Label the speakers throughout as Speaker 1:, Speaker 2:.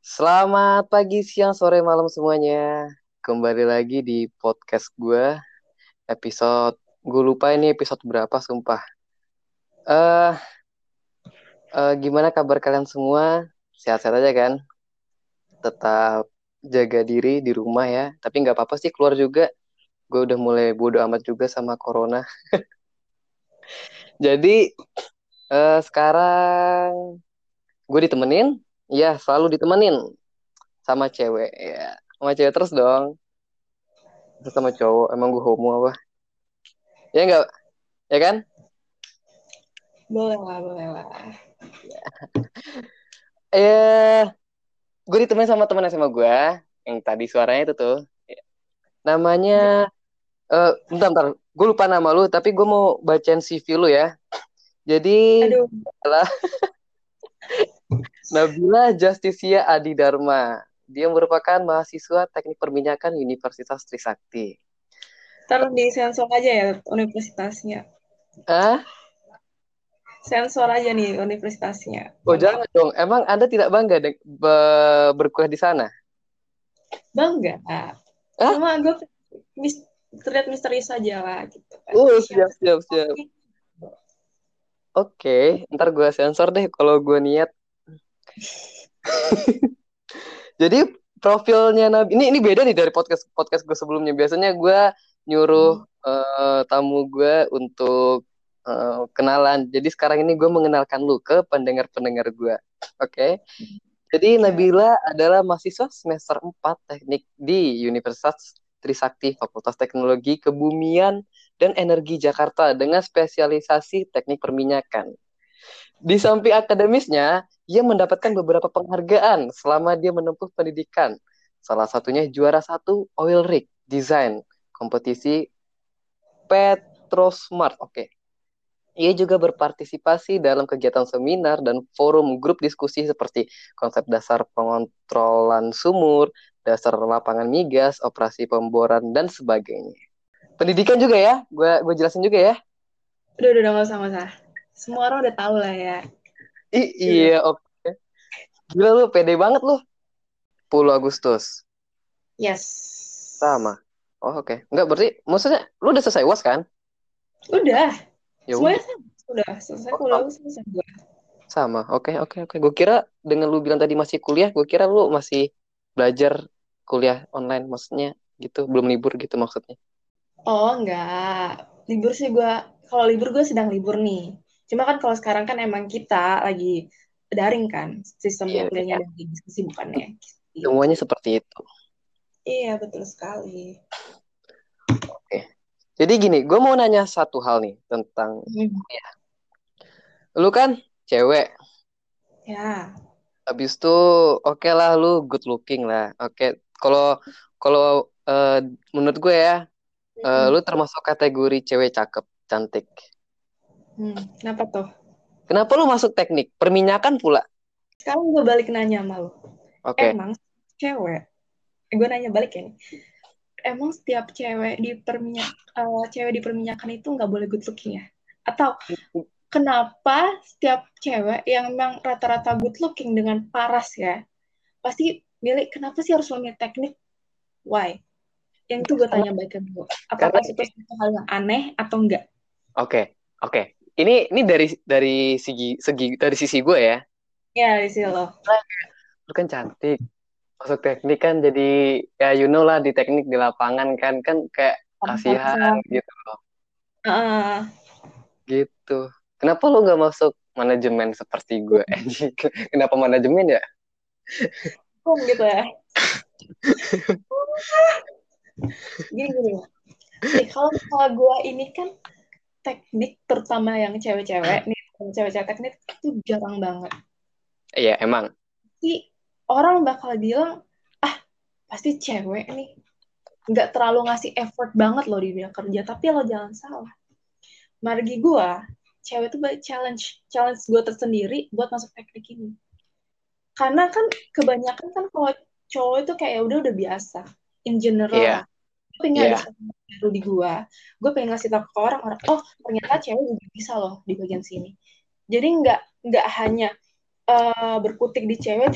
Speaker 1: Selamat pagi, siang, sore, malam semuanya. Kembali lagi di podcast gue, episode, gue lupa ini episode berapa, sumpah. Eh, Gimana kabar kalian semua? Sehat-sehat aja kan? Tetap jaga diri di rumah ya. Tapi nggak apa-apa sih keluar juga. Gue udah mulai bodo amat juga sama corona. Jadi sekarang gue ditemenin, ya selalu ditemenin sama cewek. Ya, sama cewek terus dong. Terus sama cowok, emang gue homo apa? Ya nggak, ya kan?
Speaker 2: Boleh lah, boleh lah.
Speaker 1: Eh, gue ditemenin sama teman SMA gue yang tadi suaranya itu tuh. Namanya, bentar, gue lupa nama lu, tapi gue mau bacain CV lu ya. Jadi,
Speaker 2: Aduh,
Speaker 1: adalah Nabila Justicia Adi Dharma. Dia merupakan mahasiswa Teknik Perminyakan Universitas Trisakti.
Speaker 2: ntar di sensor aja ya universitasnya.
Speaker 1: Ah,
Speaker 2: Sensor aja nih universitasnya.
Speaker 1: oh
Speaker 2: Mohon maaf.
Speaker 1: jangan dong. Emang Anda tidak bangga berkuliah di sana?
Speaker 2: Bangga.
Speaker 1: Ah,
Speaker 2: Cuma gue terlihat misterius aja lah gitu kan.
Speaker 1: siap,
Speaker 2: Siapa
Speaker 1: siap, siap.
Speaker 2: sih?
Speaker 1: Oke, ntar gue sensor deh kalau gue niat. Jadi profilnya Nabi ini beda nih dari podcast podcast gue sebelumnya. Biasanya gue nyuruh tamu gue untuk kenalan. Jadi sekarang ini gue mengenalkan lu ke pendengar-pendengar gue. Oke. Jadi
Speaker 2: Oke.
Speaker 1: Nabila adalah mahasiswa semester 4 teknik di Universitas Trisakti Fakultas Teknologi Kebumian dan Energi Jakarta dengan spesialisasi teknik perminyakan. Di samping akademisnya, ia mendapatkan beberapa penghargaan selama dia menempuh pendidikan. Salah satunya juara satu Oil Rig Design kompetisi Petrosmart. Oke. Ia juga berpartisipasi dalam kegiatan seminar dan forum grup diskusi seperti konsep dasar pengontrolan sumur, dasar lapangan migas, operasi pemboran, dan sebagainya. Pendidikan juga ya, gue jelasin juga ya.
Speaker 2: Udah, nggak usah. Semua orang udah tahu lah ya. Udah.
Speaker 1: Iya, oke. Gila lu, pede banget lu. 10 Agustus.
Speaker 2: Yes.
Speaker 1: Sama. Oh, oke. Enggak, berarti maksudnya lu udah selesai UAS kan?
Speaker 2: Udah.
Speaker 1: Ya
Speaker 2: Semuanya
Speaker 1: udah.
Speaker 2: sama. Udah selesai
Speaker 1: Oh,
Speaker 2: kuliah, selesai gue.
Speaker 1: sama. Oke, oke, oke. Gue kira dengan lu bilang tadi masih kuliah, gue kira lu masih belajar kuliah online maksudnya gitu, belum libur gitu maksudnya.
Speaker 2: Oh, enggak. Libur sih gue, kalau libur gue sedang libur nih. Cuma kan kalau sekarang kan emang kita lagi daring kan, sistemnya
Speaker 1: Iya,
Speaker 2: kuliahnya
Speaker 1: iya.
Speaker 2: dari kesibukannya. Gitu.
Speaker 1: Semuanya seperti itu.
Speaker 2: Iya, betul sekali.
Speaker 1: Oke. Jadi gini, gue mau nanya satu hal nih tentang
Speaker 2: Hmm.
Speaker 1: kuliah. Lu kan cewek,
Speaker 2: Ya.
Speaker 1: habis itu oke lah lu good looking lah. Oke, kalau kalau eh, menurut gue ya, lu
Speaker 2: Hmm.
Speaker 1: termasuk kategori cewek cakep, cantik.
Speaker 2: Kenapa tuh?
Speaker 1: Kenapa lu masuk teknik? Perminyakan pula.
Speaker 2: Sekarang gue balik nanya sama lu.
Speaker 1: Oke.
Speaker 2: Emang cewek, gue nanya balik ya nih. Emang setiap cewek di perminyakan itu nggak boleh good looking ya? Atau kenapa setiap cewek yang memang rata-rata good looking dengan paras ya, pasti milih kenapa sih harus memilih teknik? Why? Yang itu gue
Speaker 1: Karena,
Speaker 2: tanya balik ke gue.
Speaker 1: karena
Speaker 2: Apakah itu suatu hal yang aneh atau enggak?
Speaker 1: oke, oke. Ini dari dari sisi gue ya.
Speaker 2: Ya, di sini loh.
Speaker 1: Lu kan cantik. Masuk teknik kan jadi ya you know lah di teknik di lapangan kan kayak kasihan
Speaker 2: Pantas-pantasan.
Speaker 1: gitu loh.
Speaker 2: Uh,
Speaker 1: Gitu. Kenapa lu nggak masuk manajemen seperti gue? Kenapa manajemen ya?
Speaker 2: gitu ya. Gini. Nih, kalau misalnya gue ini kan teknik, terutama yang cewek-cewek, nih, cewek-cewek teknik itu jarang banget.
Speaker 1: Iya emang.
Speaker 2: Jadi orang bakal bilang, ah, pasti cewek nih, nggak terlalu ngasih effort banget loh di dunia kerja. Tapi lo jangan salah. Margi gue, cewek itu banyak challenge gue tersendiri buat masuk teknik ini. Karena kan kebanyakan kan kalau cowok itu kayak udah biasa, in general
Speaker 1: Iya,
Speaker 2: lah. Gue pengen ada
Speaker 1: iya.
Speaker 2: sesuatu yang baru di gue pengen ngasih tahu ke orang-orang, oh ternyata cewek juga bisa loh di bagian sini. Jadi nggak hanya berkutik di cewek cuma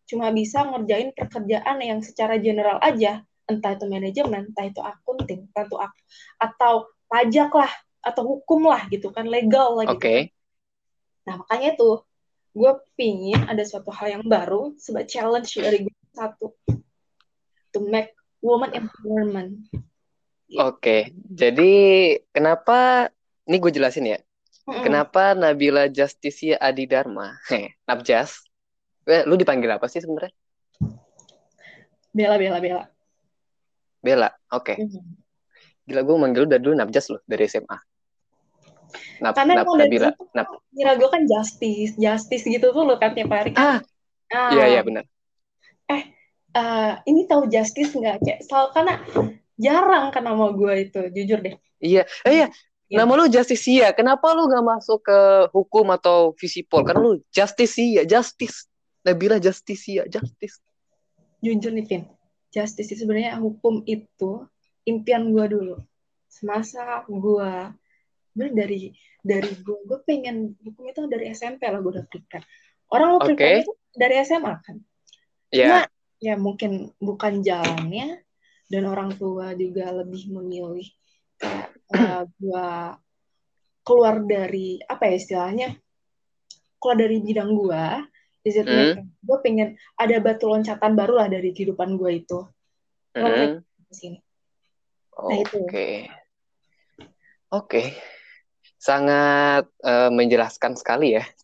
Speaker 2: cuma bisa ngerjain pekerjaan yang secara general aja, entah itu manajemen, entah itu akunting, entah itu atau pajak lah, atau hukum lah gitu kan, legal lah gitu kan.
Speaker 1: Oke.
Speaker 2: Nah makanya tuh gue pingin ada suatu hal yang baru sebagai challenge dari gue satu, to make woman empowerment gitu.
Speaker 1: Oke. Jadi kenapa ini gue jelasin ya.
Speaker 2: Mm-mm.
Speaker 1: Kenapa Nabila Justisia Adidharma? Nabjas. Lu dipanggil apa sih sebenarnya?
Speaker 2: Bela bela bela.
Speaker 1: Bella. Oke.
Speaker 2: Mm.
Speaker 1: Gila gue manggil lu dari dulu Nabjas loh dari SMA.
Speaker 2: Karena emang dari
Speaker 1: Nabila.
Speaker 2: situ kira gue kan justice justice gitu tuh lo kan tiap hari kan.
Speaker 1: Ah, iya
Speaker 2: Ah,
Speaker 1: iya benar.
Speaker 2: eh ini tahu justice nggak kayak soal karena jarang kan nama gue itu jujur deh.
Speaker 1: Iya. Iya. Nama
Speaker 2: Iya.
Speaker 1: lu Justisia. Kenapa lu gak masuk ke hukum atau visipol? Karena lu Justisia, Justice. Nabila Justisia, Justice.
Speaker 2: Jujur nih Vin, justice itu sebenarnya hukum itu impian gue dulu. Semasa gue dari gue pengen hukum itu dari SMP lah gue udah prepare. Orang lo prepare
Speaker 1: Oke.
Speaker 2: itu dari SMA kan. Cuma
Speaker 1: Ya.
Speaker 2: ya mungkin bukan jalannya dan orang tua juga lebih memilih kayak gue keluar dari apa ya istilahnya keluar dari bidang gue is it make
Speaker 1: Hmm.
Speaker 2: gue pengen ada batu loncatan baru lah dari kehidupan gue itu ngerti
Speaker 1: Hmm.
Speaker 2: di sini. Nah itu.
Speaker 1: Oke. Oke. Sangat menjelaskan sekali ya.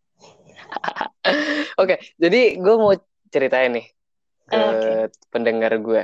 Speaker 1: Oke, jadi gue mau ceritain nih ke
Speaker 2: Oke.
Speaker 1: pendengar gue.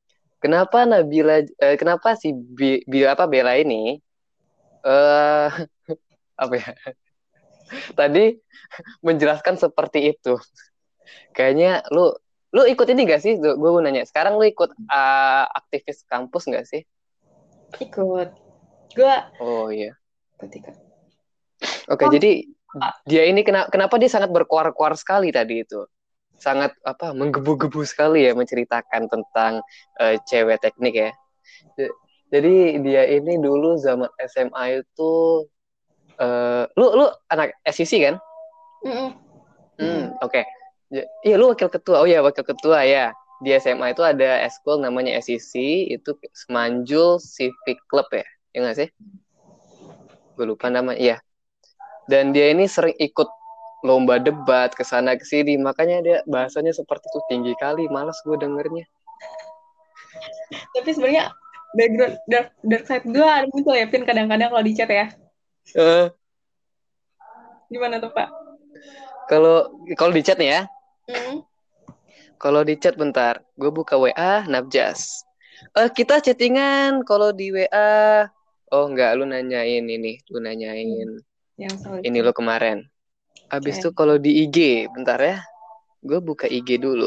Speaker 1: Kenapa si apa Bella ini eh apa ya? Tadi menjelaskan seperti itu. Kayaknya lu ikut ini gak sih? Gue mau nanya. Sekarang lu ikut aktivis kampus gak sih?
Speaker 2: Ikut gue
Speaker 1: Oh iya.
Speaker 2: ketika
Speaker 1: Oke, jadi dia ini kenapa dia sangat berkuar-kuar sekali tadi itu? Sangat apa menggebu-gebu sekali ya menceritakan tentang cewek teknik ya. Jadi dia ini dulu zaman SMA itu lu anak SCC kan?
Speaker 2: mm-mm. Mm-mm.
Speaker 1: Oke. Iya lu wakil ketua. Oh iya wakil ketua ya. Di SMA itu ada eskul namanya SCC, itu Semanjul Civic Club ya. Ya nggak sih? Gue lupa nama. Iya. Dan dia ini sering ikut lomba debat ke sana ke sini, makanya dia bahasanya seperti itu tinggi kali, malas gue dengernya.
Speaker 2: Tapi sebenarnya background dark side gue ada muncul ya Pin kadang-kadang kalau di chat ya
Speaker 1: Eh,
Speaker 2: gimana tuh Pak?
Speaker 1: kalau kalau di chat nih ya,
Speaker 2: Mm.
Speaker 1: kalau di chat bentar, gue buka WA Nabjas. Kita chattingan kalau di WA. Oh enggak, lu nanyain ini, lu nanyain
Speaker 2: Yang soal
Speaker 1: ini
Speaker 2: itu
Speaker 1: lo kemarin. Abis
Speaker 2: kayak
Speaker 1: itu kalau di IG, bentar ya, gue buka IG dulu.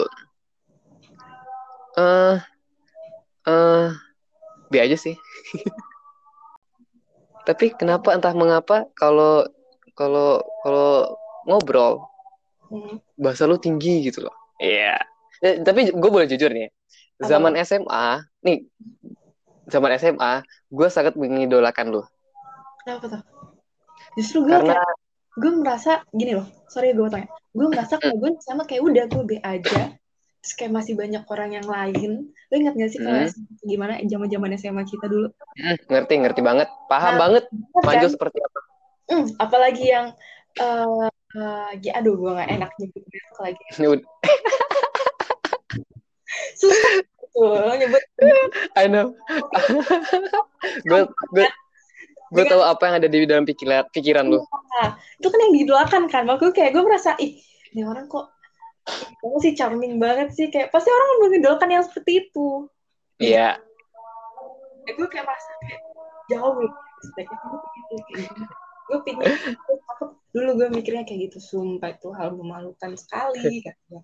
Speaker 1: Eh, eh, Bi aja sih. Tapi kenapa entah mengapa kalau kalau kalau ngobrol
Speaker 2: mm.
Speaker 1: bahasa lu tinggi gitu loh. Iya. Tapi gue boleh jujur nih. Zaman
Speaker 2: Apa-apa
Speaker 1: SMA, nih zaman SMA, gue sangat mengidolakan lu.
Speaker 2: kenapa tuh justru gue
Speaker 1: Karena
Speaker 2: kayak gue merasa gini loh sorry gue tanya gue merasa kalau gue sama kayak udah gue be aja terus kayak masih banyak orang yang lain lo ingat gak sih kalau
Speaker 1: hmm,
Speaker 2: SMA gimana zaman SMA kita dulu
Speaker 1: ngerti ngerti banget, paham
Speaker 2: nah
Speaker 1: banget
Speaker 2: banget
Speaker 1: maju
Speaker 2: kan
Speaker 1: seperti apa.
Speaker 2: apalagi yang ya aduh gue gak enak nyebut merek lagi susah tuh nyebut
Speaker 1: I know. gue gue gue
Speaker 2: dengan
Speaker 1: tahu apa yang ada di dalam pikiran lu.
Speaker 2: nah, itu kan yang diidolakan kan waktu kayak gue merasa ih ini orang kok kamu sih charming banget sih kayak pasti orang mengidolakan yang seperti itu ih
Speaker 1: Iya.
Speaker 2: gue kayak merasa kayak jauh ya speknya gue pengen kayak gitu gue pengen dulu gue mikirnya kayak gitu sumpah itu hal memalukan sekali katanya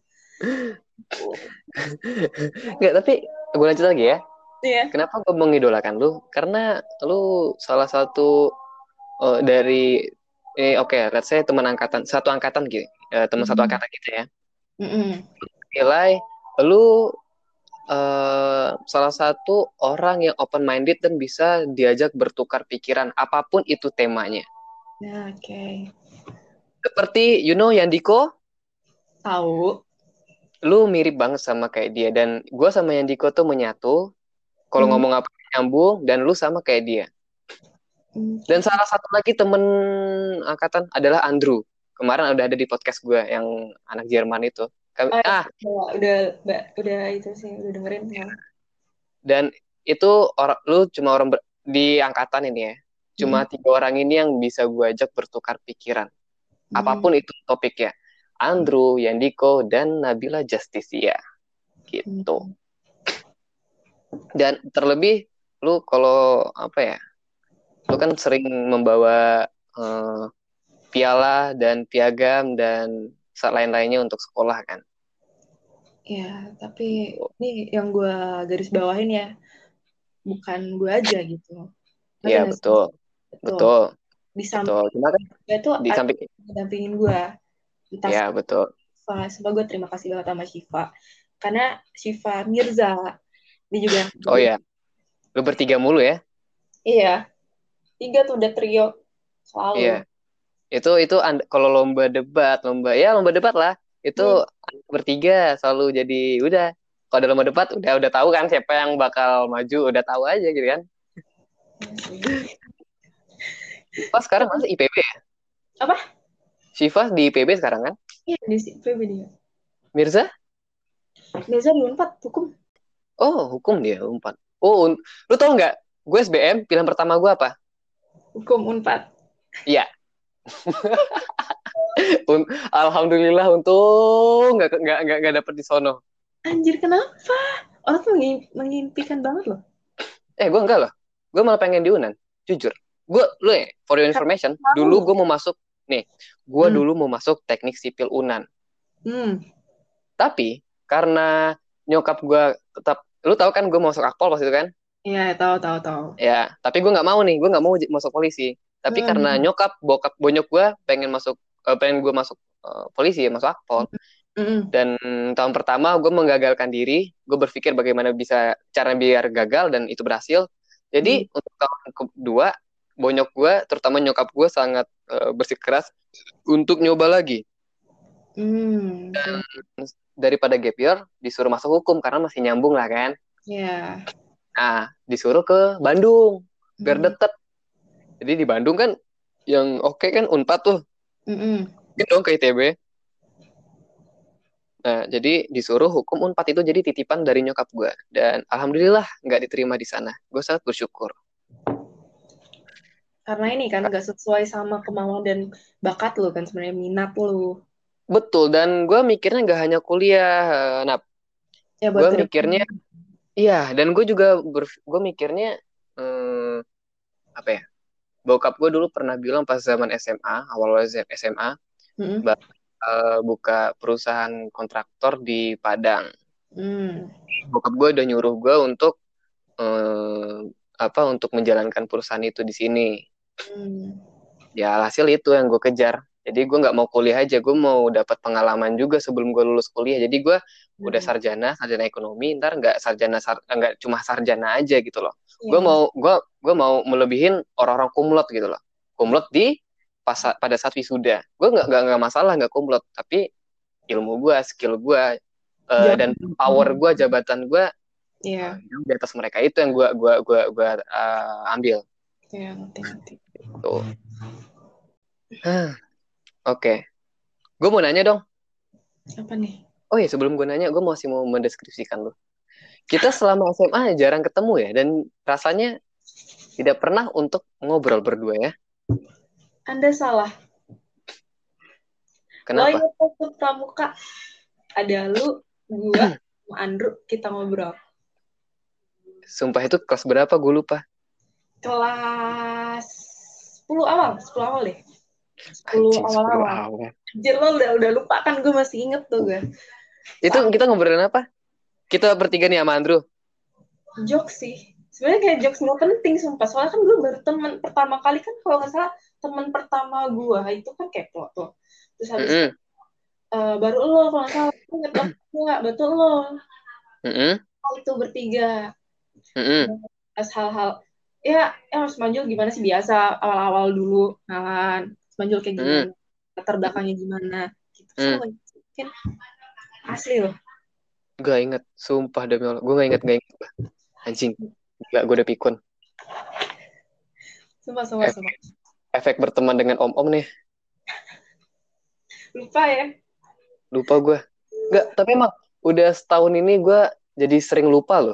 Speaker 1: Nggak, tapi gue lanjut lagi ya.
Speaker 2: iya
Speaker 1: Kenapa gue mengidolakan lu? Karena lu salah satu dari oke, let's say teman angkatan satu angkatan gitu, teman satu
Speaker 2: mm.
Speaker 1: angkatan gitu ya.
Speaker 2: Mm-mm.
Speaker 1: Nilai lu salah satu orang yang open minded dan bisa diajak bertukar pikiran apapun itu temanya.
Speaker 2: Ya, oke
Speaker 1: Seperti Yandiko,
Speaker 2: tahu
Speaker 1: lu mirip banget sama kayak dia, dan gue sama Yandiko tuh menyatu. Kalau
Speaker 2: Hmm.
Speaker 1: ngomong apa nyambung, dan lu sama kayak dia. Dan
Speaker 2: Oke.
Speaker 1: salah satu lagi temen angkatan adalah Andrew. Kemarin udah ada di podcast gue yang anak Jerman itu. Kami,
Speaker 2: Ah, udah itu sih udah dengerin soalnya.
Speaker 1: dan itu lu cuma di angkatan ini ya. Cuma
Speaker 2: Mm-mm.
Speaker 1: 3 orang ini yang bisa gue ajak bertukar pikiran.
Speaker 2: Hmm.
Speaker 1: Apapun itu topiknya. Andrew, Yandiko, dan Nabila Justicia. Gitu.
Speaker 2: Hmm.
Speaker 1: Dan terlebih lu kalau apa ya? Lu kan sering membawa eh, piala dan piagam dan lain-lainnya untuk sekolah kan.
Speaker 2: Ya, tapi
Speaker 1: Gitu.
Speaker 2: ini yang gue garis bawahin ya, bukan gue aja gitu. Ngerti
Speaker 1: Iya
Speaker 2: nggak sih?
Speaker 1: betul,
Speaker 2: Betul.
Speaker 1: betul,
Speaker 2: Di
Speaker 1: betul.
Speaker 2: samping
Speaker 1: Cuma kan
Speaker 2: gue tuh
Speaker 1: di
Speaker 2: ada
Speaker 1: samping,
Speaker 2: yang dampingin gue. Entah
Speaker 1: ya betul.
Speaker 2: Syifa, sumpah gue terima kasih banget sama Syifa. Karena Syifa Mirza, dia juga yang
Speaker 1: Oh
Speaker 2: jadi,
Speaker 1: ya, lu bertiga mulu ya.
Speaker 2: iya, tiga tuh udah trio selalu.
Speaker 1: Iya, itu kalau lomba debat lah. Itu
Speaker 2: Hmm.
Speaker 1: bertiga selalu jadi udah. Kalau ada lomba debat udah tahu kan siapa yang bakal maju, udah tahu aja gitu kan. Pas sekarang
Speaker 2: Tapi
Speaker 1: masih IPB ya.
Speaker 2: apa?
Speaker 1: Shiva di IPB sekarang kan.
Speaker 2: Iya, di PB dia.
Speaker 1: Mirza?
Speaker 2: Mirza di Unpad, hukum.
Speaker 1: Oh, hukum dia umpan. Oh, lu tau nggak? Gue SBM, pilihan pertama gue apa?
Speaker 2: Hukum Unpad.
Speaker 1: Iya. Alhamdulillah untung nggak dapet di sono.
Speaker 2: Anjir, kenapa? Orang tuh mengimpikan banget loh.
Speaker 1: Gue enggak loh. Gue malah pengen di Unan. Jujur. Lu ya, for your
Speaker 2: Karena
Speaker 1: information,
Speaker 2: tahu.
Speaker 1: dulu gue mau masuk, nih, gue
Speaker 2: Hmm.
Speaker 1: dulu mau masuk teknik sipil Unan.
Speaker 2: Hmm.
Speaker 1: Tapi, karena nyokap gue tetap, lu tahu kan gue mau masuk Akpol pas itu kan?
Speaker 2: Iya, tahu, tahu, tahu.
Speaker 1: Ya, tapi gue nggak mau nih, gue nggak mau masuk polisi. Tapi karena
Speaker 2: Hmm.
Speaker 1: bonyok gue pengen gue masuk polisi, masuk Akpol.
Speaker 2: Hmm.
Speaker 1: Dan tahun pertama gue menggagalkan diri, gue berpikir bagaimana bisa cara biar gagal dan itu berhasil.
Speaker 2: Hmm.
Speaker 1: Jadi untuk tahun kedua, bonyok gue, terutama nyokap gue sangat bersikeras untuk nyoba lagi.
Speaker 2: Hmm. Oke.
Speaker 1: Daripada gap year, disuruh masuk hukum karena masih nyambung lah kan.
Speaker 2: Ya.
Speaker 1: Nah, disuruh ke Bandung, biar
Speaker 2: Hmm.
Speaker 1: deket. Jadi di Bandung kan yang oke kan Unpad tuh,
Speaker 2: Hmm.
Speaker 1: mungkin dong ke ITB. Nah, jadi disuruh hukum Unpad itu jadi titipan dari nyokap gue. Dan alhamdulillah nggak diterima di sana. Gue sangat bersyukur.
Speaker 2: Karena ini kan nggak sesuai sama kemauan dan bakat lo kan sebenarnya minat lo.
Speaker 1: Betul, dan gue mikirnya nggak hanya kuliah. Nah,
Speaker 2: Ya buat
Speaker 1: gue mikirnya,
Speaker 2: kedepannya.
Speaker 1: iya, dan gue juga gue mikirnya, apa ya, bokap gue dulu pernah bilang pas zaman SMA, awal-awal SMA,
Speaker 2: Hmm.
Speaker 1: buka perusahaan kontraktor di Padang.
Speaker 2: Hmm.
Speaker 1: Bokap gue udah nyuruh gue untuk eh, untuk menjalankan perusahaan itu di sini.
Speaker 2: Hmm.
Speaker 1: Ya hasil itu yang gue kejar. Jadi gue nggak mau kuliah aja, gue mau dapat pengalaman juga sebelum gue lulus kuliah. Jadi gue udah
Speaker 2: Hmm.
Speaker 1: sarjana ekonomi, ntar nggak cuma sarjana aja gitu loh. Gue
Speaker 2: Ya.
Speaker 1: mau gue mau melebihin orang-orang kumlot gitu loh. Kumlot pada saat wisuda. Gue nggak masalah nggak kumlot, tapi ilmu gue, skill gue, dan power
Speaker 2: Jangan.
Speaker 1: gue, jabatan gue
Speaker 2: Ya.
Speaker 1: yang di atas mereka itu yang gue ambil.
Speaker 2: Ya, ngerti.
Speaker 1: Tuh. Oke, gue mau nanya dong.
Speaker 2: Apa nih?
Speaker 1: Oh ya, sebelum gue nanya, gue masih mau mendeskripsikan lo. Kita selama SMA jarang ketemu ya, dan rasanya tidak pernah untuk ngobrol berdua ya.
Speaker 2: Anda salah. Lo
Speaker 1: Kenapa?
Speaker 2: ingat waktu pramuka ada lu, gua, sama Andrew kita ngobrol.
Speaker 1: Sumpah itu kelas berapa gue lupa.
Speaker 2: Kelas 10 awal, 10 awal deh. 10
Speaker 1: Anjing, 10
Speaker 2: awal-awal.
Speaker 1: awal.
Speaker 2: Anjir lo udah lupa kan gue masih inget tuh gue.
Speaker 1: Itu kita ngobrolin apa? Kita bertiga nih sama Andrew.
Speaker 2: Jokes sih. Sebenarnya kayak jokes nggak penting sumpah. Soalnya kan gue baru temen pertama kali kan kalau nggak salah temen pertama gue itu kan kepo tuh. Terus habis itu
Speaker 1: Mm-mm.
Speaker 2: baru lo kalau nggak salah inget nggak betul lo
Speaker 1: Mm-mm.
Speaker 2: itu bertiga.
Speaker 1: Mm-mm.
Speaker 2: Bahas hal-hal ya harus manjul gimana sih biasa awal-awal dulu kenalan manjul kayak
Speaker 1: Mm-mm.
Speaker 2: gimana latar belakangnya gimana gitu. So
Speaker 1: Mm-mm.
Speaker 2: mungkin asli loh.
Speaker 1: Gak inget, sumpah demi Allah. Gue gak inget. Anjing, gila gue udah pikun.
Speaker 2: Sumpah, sumpah, sumpah.
Speaker 1: Efek berteman dengan om-om nih,
Speaker 2: Lupa ya.
Speaker 1: lupa gue. Gak, tapi emang udah setahun ini gue jadi sering lupa loh.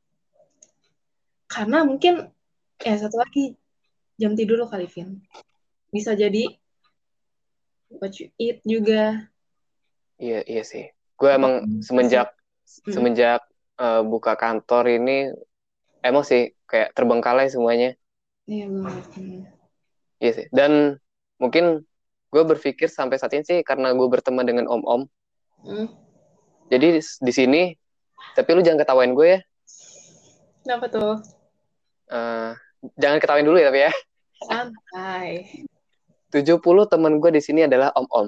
Speaker 2: Karena mungkin, ya satu lagi, jam tidur lo kali, Vin. Bisa jadi what you eat juga.
Speaker 1: Iya, iya sih. Gue
Speaker 2: Atau
Speaker 1: emang semenjak
Speaker 2: Hmm,
Speaker 1: semenjak buka kantor ini emang sih kayak terbengkalai semuanya.
Speaker 2: iya banget.
Speaker 1: Iya sih. Dan mungkin gue berpikir sampai saat ini sih karena gue berteman dengan om-om.
Speaker 2: Hmm.
Speaker 1: Jadi di sini, tapi lu jangan ketawain gue ya.
Speaker 2: Kenapa tuh?
Speaker 1: Eh, jangan ketawain dulu ya tapi ya.
Speaker 2: Santai.
Speaker 1: 70 teman gue di sini adalah om-om.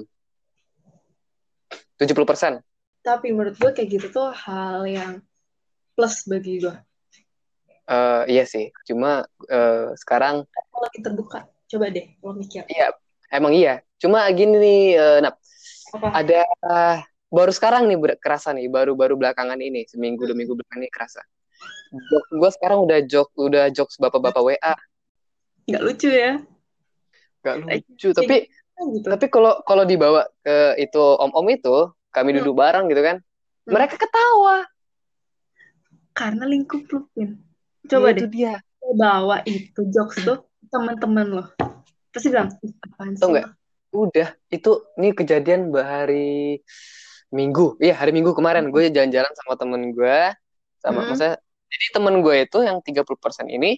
Speaker 1: 70%.
Speaker 2: Tapi menurut gue kayak gitu tuh hal yang plus bagi gue.
Speaker 1: Iya sih. Cuma sekarang
Speaker 2: Kalau lagi terbuka, coba deh lo mikir.
Speaker 1: iya, emang iya. Cuma gini nih, Nap.
Speaker 2: Apa?
Speaker 1: Ada baru sekarang nih kerasa nih, baru-baru belakangan ini, seminggu 2 minggu belakangan ini kerasa. Gue sekarang udah jokes bapak-bapak WA.
Speaker 2: Nggak lucu ya?
Speaker 1: Gak
Speaker 2: Kayak
Speaker 1: lucu,
Speaker 2: kayak
Speaker 1: tapi
Speaker 2: gitu.
Speaker 1: tapi kalau kalau dibawa ke itu om-om itu, kami
Speaker 2: Hmm,
Speaker 1: duduk bareng gitu kan,
Speaker 2: hmm.
Speaker 1: mereka ketawa.
Speaker 2: Karena lingkup lu, Pin.
Speaker 1: Ya
Speaker 2: Coba
Speaker 1: itu
Speaker 2: deh,
Speaker 1: dia.
Speaker 2: lo bawa itu jokes tuh ke teman-teman lo. Pasti bilang, "Ih, apaan
Speaker 1: Tau
Speaker 2: sih
Speaker 1: nggak?
Speaker 2: lo?"
Speaker 1: Udah, itu nih kejadian hari Minggu. Iya, hari Minggu kemarin gue jalan-jalan sama temen gue, sama
Speaker 2: Hmm,
Speaker 1: maksudnya jadi temen gue itu yang 30% ini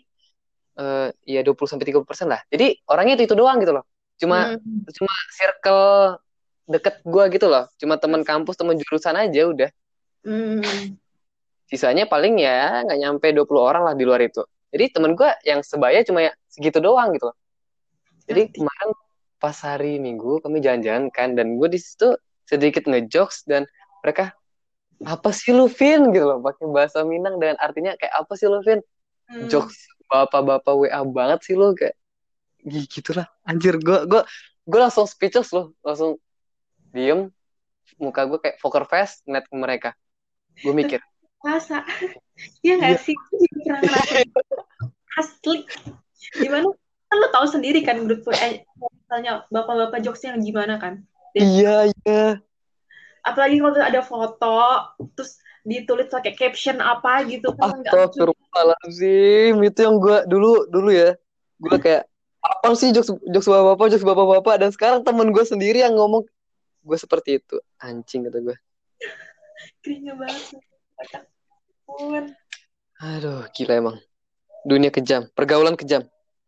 Speaker 1: ya 20-30% lah. Jadi orangnya itu doang gitu loh. Cuma
Speaker 2: hmm,
Speaker 1: cuma circle deket gue gitu loh. Cuma temen kampus, temen jurusan aja udah.
Speaker 2: hmm.
Speaker 1: Sisanya paling ya nggak nyampe 20 orang lah di luar itu. Jadi temen gue yang sebaya cuma ya segitu doang gitu loh. Jadi
Speaker 2: Ngerti.
Speaker 1: kemarin pas hari Minggu kami jalan-jalan kan, dan gue di situ sedikit ngejokes, dan mereka, apa sih lu Vin gitu loh, pakai bahasa Minang dan artinya kayak, apa sih lu Vin,
Speaker 2: Hmm.
Speaker 1: jokes bapak-bapak WA banget sih lu, kayak gitu lah. Anjir, gue langsung speechless loh, langsung diem, muka gue kayak poker face net ke mereka. Gue
Speaker 2: Tapi
Speaker 1: mikir,
Speaker 2: rasa, iya nggak
Speaker 1: iya,
Speaker 2: sih? Gue juga pernah ngerasain asli. Gimana? Kan lo tahu sendiri kan grup misalnya bapak-bapak jokesnya yang gimana kan? Dan
Speaker 1: iya, iya.
Speaker 2: apalagi kalau ada foto, terus ditulis pakai caption apa gitu kan nggak lucu.
Speaker 1: Astagfirullahaladzim, itu yang gue dulu dulu ya, gue kayak, apa sih jokes jokes bapak-bapak, dan sekarang temen gue sendiri yang ngomong gue seperti itu, anjing kata gue.
Speaker 2: Kayaknya banget. Kocak pun.
Speaker 1: Aduh, gila emang, dunia kejam, pergaulan kejam.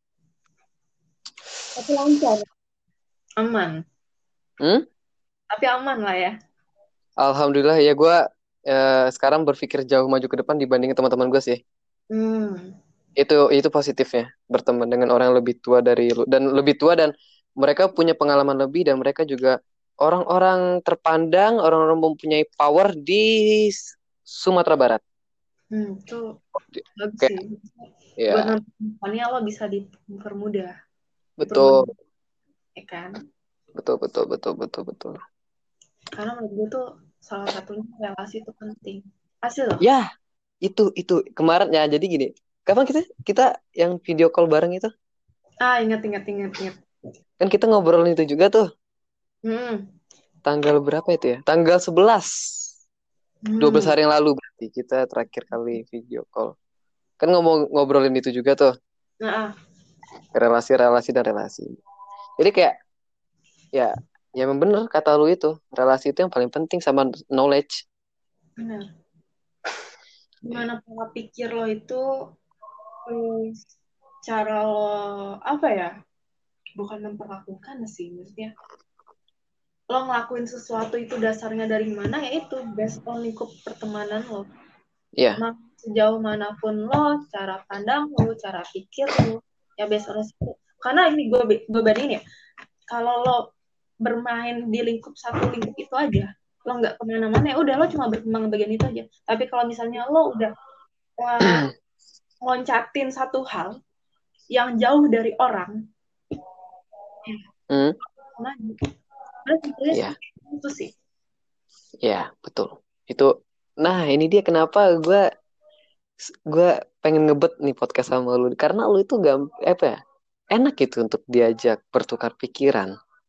Speaker 2: Tapi lancar. Aman.
Speaker 1: Hmm?
Speaker 2: Tapi aman lah ya.
Speaker 1: Alhamdulillah ya, gue sekarang berpikir jauh maju ke depan dibanding teman-teman gue sih.
Speaker 2: Hmm.
Speaker 1: Itu positifnya berteman dengan orang yang lebih tua dari lu, dan lebih tua, dan mereka punya pengalaman lebih, dan mereka juga orang-orang terpandang, orang-orang mempunyai power di Sumatera Barat.
Speaker 2: Itu bagus
Speaker 1: Kayak
Speaker 2: sih. Buat
Speaker 1: ya,
Speaker 2: nanti depannya lo bisa dipermudah. Dipermudah,
Speaker 1: betul,
Speaker 2: ya kan?
Speaker 1: betul, betul, betul, betul, betul.
Speaker 2: Karena menurut gue tuh salah satunya relasi itu penting. Pasti loh.
Speaker 1: Ya, itu kemarin ya. Jadi gini, kapan kita kita yang video call bareng itu,
Speaker 2: Ah, ingat, ingat, ingat, ingat.
Speaker 1: kan kita ngobrolin itu juga tuh.
Speaker 2: Hmm.
Speaker 1: Tanggal berapa itu ya? Tanggal 11. 12
Speaker 2: Hmm.
Speaker 1: hari yang lalu berarti kita terakhir kali video call. Kan ngomong ngobrolin itu juga tuh,
Speaker 2: Nah,
Speaker 1: relasi-relasi dan relasi. Jadi kayak ya, ya memang bener kata lu, itu relasi itu yang paling penting sama knowledge.
Speaker 2: benar.
Speaker 1: Ya,
Speaker 2: Gimana pola pikir lo itu, terus cara lo, apa ya, bukan memperlakukan sih, maksudnya lo ngelakuin sesuatu itu dasarnya dari mana, ya itu based on lingkup pertemanan lo.
Speaker 1: ya,
Speaker 2: Sejauh manapun lo, cara pandang lo, cara pikir lo, ya based on itu. Karena ini gue bandingin ya, kalau lo bermain di lingkup satu lingkup itu aja, lo nggak kemana-mana, ya udah lo cuma berkembang bagian itu aja. Tapi kalau misalnya lo udah uh, ngoncatin satu hal yang jauh dari orang, ya
Speaker 1: hmm,
Speaker 2: maju. Terus sebenarnya
Speaker 1: ya,
Speaker 2: itu sih.
Speaker 1: ya, betul. Itu Nah, ini dia kenapa gue pengen ngebet nih podcast sama lu karena lu itu gak apa ya, enak gitu untuk diajak bertukar pikiran.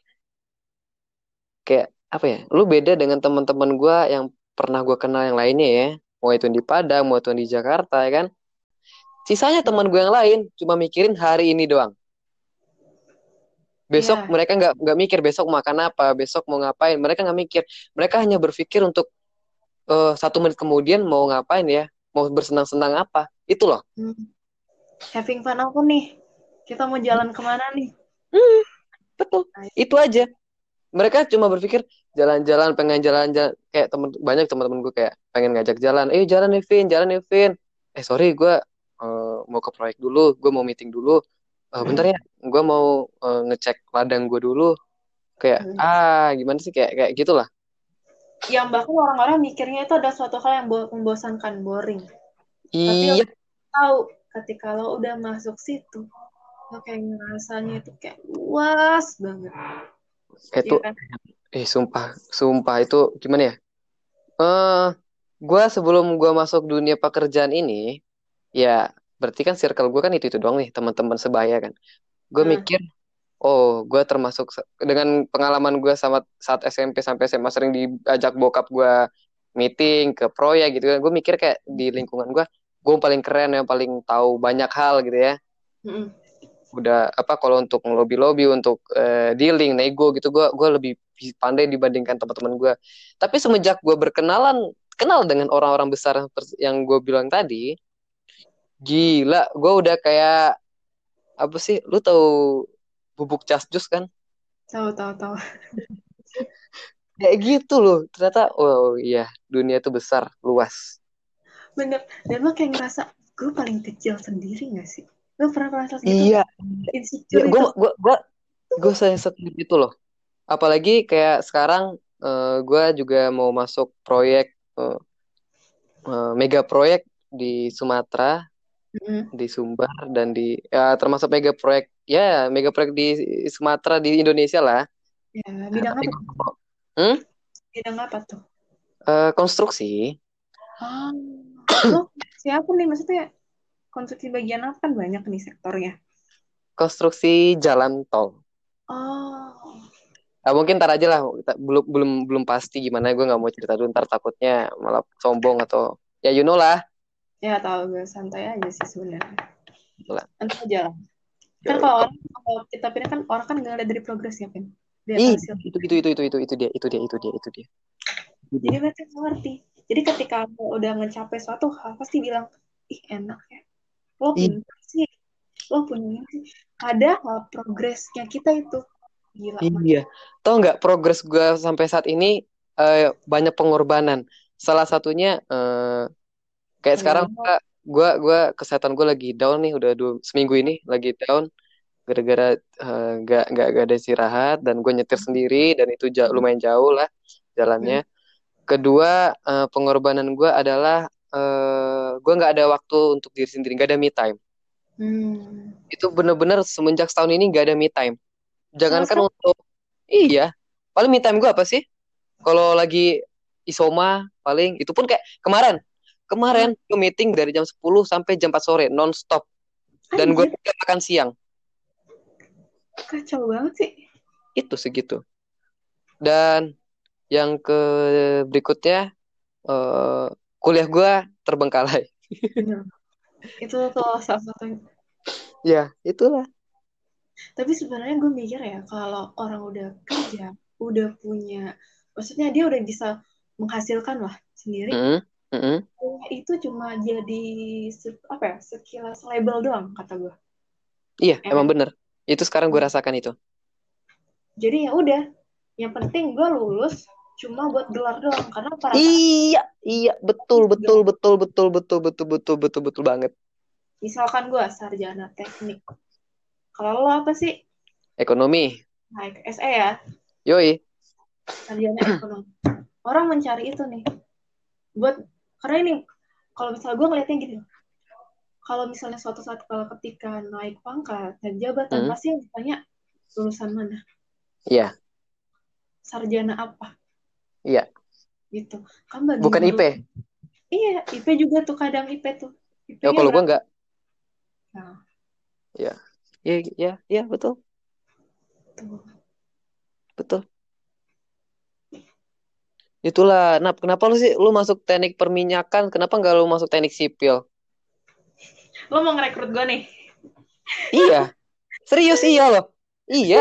Speaker 1: Kayak apa ya? Lu beda dengan teman-teman gue yang pernah gue kenal yang lainnya ya. Mau itu di Padang, mau itu di Jakarta ya kan. Sisanya teman gue yang lain cuma mikirin hari ini doang. Besok
Speaker 2: Iya.
Speaker 1: mereka nggak mikir besok makan apa, besok mau ngapain. Mereka nggak mikir. Mereka hanya berpikir untuk 1 menit kemudian mau ngapain ya, mau bersenang-senang apa. Itu loh.
Speaker 2: Hmm. Having fun aku nih. Kita mau jalan kemana nih?
Speaker 1: Hmm, betul.
Speaker 2: Nah,
Speaker 1: Itu aja. Mereka cuma berpikir jalan-jalan, pengen jalan-jalan. Kayak banyak teman-teman gue kayak pengen ngajak jalan. Jalan Evin, jalan Evin. Sorry, gue mau ke proyek dulu. Gue mau meeting dulu. Bentar ya, gue mau ngecek ladang gue dulu. Kayak gimana sih, kayak gitulah.
Speaker 2: yang bahkan orang-orang mikirnya itu ada suatu hal yang membosankan, boring. Tapi lo
Speaker 1: Iya,
Speaker 2: tahu ketika lo udah masuk situ, lo kayak ngerasanya itu kayak luas banget.
Speaker 1: itu
Speaker 2: Iya kan?
Speaker 1: sumpah, sumpah itu gimana ya? Eh, gue sebelum gue masuk dunia pekerjaan ini, ya berarti kan circle gue kan itu doang nih, teman-teman sebaya kan. Gue
Speaker 2: Nah,
Speaker 1: mikir, oh, gue termasuk dengan pengalaman gue sama saat SMP sampai SMA sering diajak bokap gue meeting ke proyek gitu kan. Gue mikir kayak di lingkungan gue paling keren, yang paling tahu banyak hal gitu ya.
Speaker 2: mm-mm.
Speaker 1: Udah apa, kalau untuk ngelobi-lobi, untuk dealing, nego gitu, gue lebih pandai dibandingkan teman-teman gue. Tapi semenjak gue kenal dengan orang-orang besar yang gue bilang tadi, gila, gue udah kayak apa sih? Lu tahu bubuk cas jus kan?
Speaker 2: Tahu.
Speaker 1: Kayak gitu loh. Ternyata, oh iya, dunia itu besar, luas.
Speaker 2: Bener. Dan lo kayak ngerasa, gue paling kecil sendiri gak sih? Lo pernah merasa gitu
Speaker 1: Iya,
Speaker 2: gak?
Speaker 1: ya,
Speaker 2: Insecure
Speaker 1: gue
Speaker 2: itu.
Speaker 1: gue gue gue saya setuju itu loh. Apalagi kayak sekarang gue juga mau masuk proyek, mega proyek di Sumatera,
Speaker 2: Mm-mm.
Speaker 1: di Sumbar, dan termasuk mega proyek, ya mega proyek di Sumatera, di Indonesia lah.
Speaker 2: Ya,
Speaker 1: Nah,
Speaker 2: bidang
Speaker 1: tapi
Speaker 2: apa
Speaker 1: gue
Speaker 2: tuh?
Speaker 1: mau
Speaker 2: Bidang apa tuh?
Speaker 1: konstruksi,
Speaker 2: Ah, lo siapa nih? Maksudnya konstruksi bagian apa kan banyak nih sektornya.
Speaker 1: konstruksi jalan tol.
Speaker 2: Oh,
Speaker 1: Mungkin ntar aja lah, belum belum belum pasti gimana, gue nggak mau cerita dulu, ntar takutnya malah sombong atau ya you know lah.
Speaker 2: ya tahu gue santai aja sih sebenarnya.
Speaker 1: Gitu lah.
Speaker 2: Nanti aja lah. Kan
Speaker 1: Yoi.
Speaker 2: kalau orang kalau kita pindah kan orang kan nggak lihat dari progresnya kan, lihat
Speaker 1: Ih,
Speaker 2: hasil.
Speaker 1: itu dia.
Speaker 2: Jadi mereka nggak ngerti. Jadi ketika lo udah mencapai suatu hal pasti bilang, ih enak ya, lo
Speaker 1: Ih,
Speaker 2: pintar sih, lo punya ini sih. Padahal progresnya kita itu gila
Speaker 1: iya.
Speaker 2: makin.
Speaker 1: Tahu nggak progres gue sampai saat ini, banyak pengorbanan. Salah satunya kayak
Speaker 2: Oh ya
Speaker 1: sekarang
Speaker 2: lo,
Speaker 1: gue kesehatan gue lagi down nih, udah seminggu ini lagi down gara-gara gak ada istirahat, dan gue nyetir sendiri, dan itu lumayan jauh lah jalannya. Kedua, pengorbanan gue adalah gue nggak ada waktu untuk diri sendiri, nggak ada me time.
Speaker 2: hmm.
Speaker 1: Itu bener-bener semenjak setahun ini nggak ada me time.
Speaker 2: Sama
Speaker 1: Jangankan
Speaker 2: sekali.
Speaker 1: untuk, iya, paling me time gue apa sih? Kalau lagi isoma, paling itu pun kayak kemarin.
Speaker 2: Hmm.
Speaker 1: Kemarin gue meeting dari jam 10 sampai jam 4 sore non-stop, dan gue
Speaker 2: Anjir,
Speaker 1: tidak makan siang.
Speaker 2: kacau banget sih.
Speaker 1: Itu segitu. Dan yang ke berikutnya, eh, kuliah gue terbengkalai.
Speaker 2: Bener. Itu tuh salah satu.
Speaker 1: Ya, itulah.
Speaker 2: Tapi sebenarnya gue mikir ya, kalau orang udah kerja, udah punya, maksudnya dia udah bisa menghasilkan lah sendiri,
Speaker 1: Mm-mm, mm-mm.
Speaker 2: itu cuma jadi apa ya, sekilas label doang kata gue.
Speaker 1: Iya,
Speaker 2: Ya
Speaker 1: emang
Speaker 2: kan?
Speaker 1: bener. Itu sekarang gue rasakan itu.
Speaker 2: Jadi ya udah, yang penting gue lulus cuma buat gelar doang, karena rata-rata
Speaker 1: Iya, iya, betul, betul,
Speaker 2: gelar.
Speaker 1: betul, betul, betul, betul, betul, betul, betul banget.
Speaker 2: Misalkan gue sarjana teknik, kalau lo apa sih?
Speaker 1: Ekonomi,
Speaker 2: Naik SE ya,
Speaker 1: yoi.
Speaker 2: sarjana ekonomi. Orang mencari itu nih, buat karena ini kalau misalnya gue ngeliatnya gini, kalau misalnya suatu saat kalau ketika naik pangkat dan jabatan
Speaker 1: Hmm,
Speaker 2: pasti yang ditanya lulusan mana,
Speaker 1: iya,
Speaker 2: sarjana apa
Speaker 1: iya.
Speaker 2: gitu. Kan bagi
Speaker 1: Bukan
Speaker 2: menurut
Speaker 1: IP.
Speaker 2: Iya, IP juga tuh kadang IP tuh.
Speaker 1: Ya
Speaker 2: IP-nya
Speaker 1: kalau gue
Speaker 2: berapa?
Speaker 1: nggak.
Speaker 2: Nah,
Speaker 1: Ya, ya, ya, ya, betul,
Speaker 2: tuh.
Speaker 1: betul. Itulah. Nah, kenapa lu masuk teknik perminyakan? Kenapa nggak lu masuk teknik sipil?
Speaker 2: Lo mau ngerekrut gue nih?
Speaker 1: Iya, serius iya loh. Iya.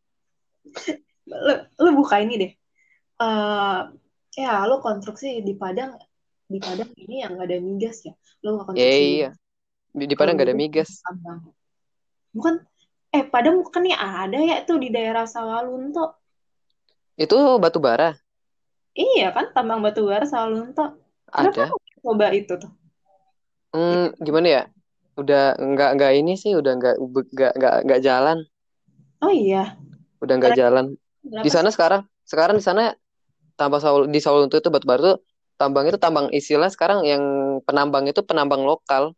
Speaker 2: Lo buka ini deh. eh Ya, lo konstruksi di Padang ini yang nggak ada migas ya. Lo nggak
Speaker 1: Ya,
Speaker 2: konstruksi
Speaker 1: iya. Di
Speaker 2: kalau
Speaker 1: Padang nggak ada
Speaker 2: migas
Speaker 1: migas.
Speaker 2: tambang. Bukan, Padang bukan ya ada ya tuh di daerah Sawalunto.
Speaker 1: Itu batu bara.
Speaker 2: Iya kan, tambang batu bara Sawalunto. Kenapa
Speaker 1: Ada.
Speaker 2: lo nggak coba itu tuh?
Speaker 1: Gimana ya? Udah nggak ini sih, udah nggak jalan.
Speaker 2: Oh iya,
Speaker 1: Udah nggak
Speaker 2: kira-kira
Speaker 1: jalan. Di
Speaker 2: berapa
Speaker 1: sana
Speaker 2: sih?
Speaker 1: sekarang di sana di Saul itu batu bara itu tambang itu tambang istilah sekarang yang penambang itu penambang lokal.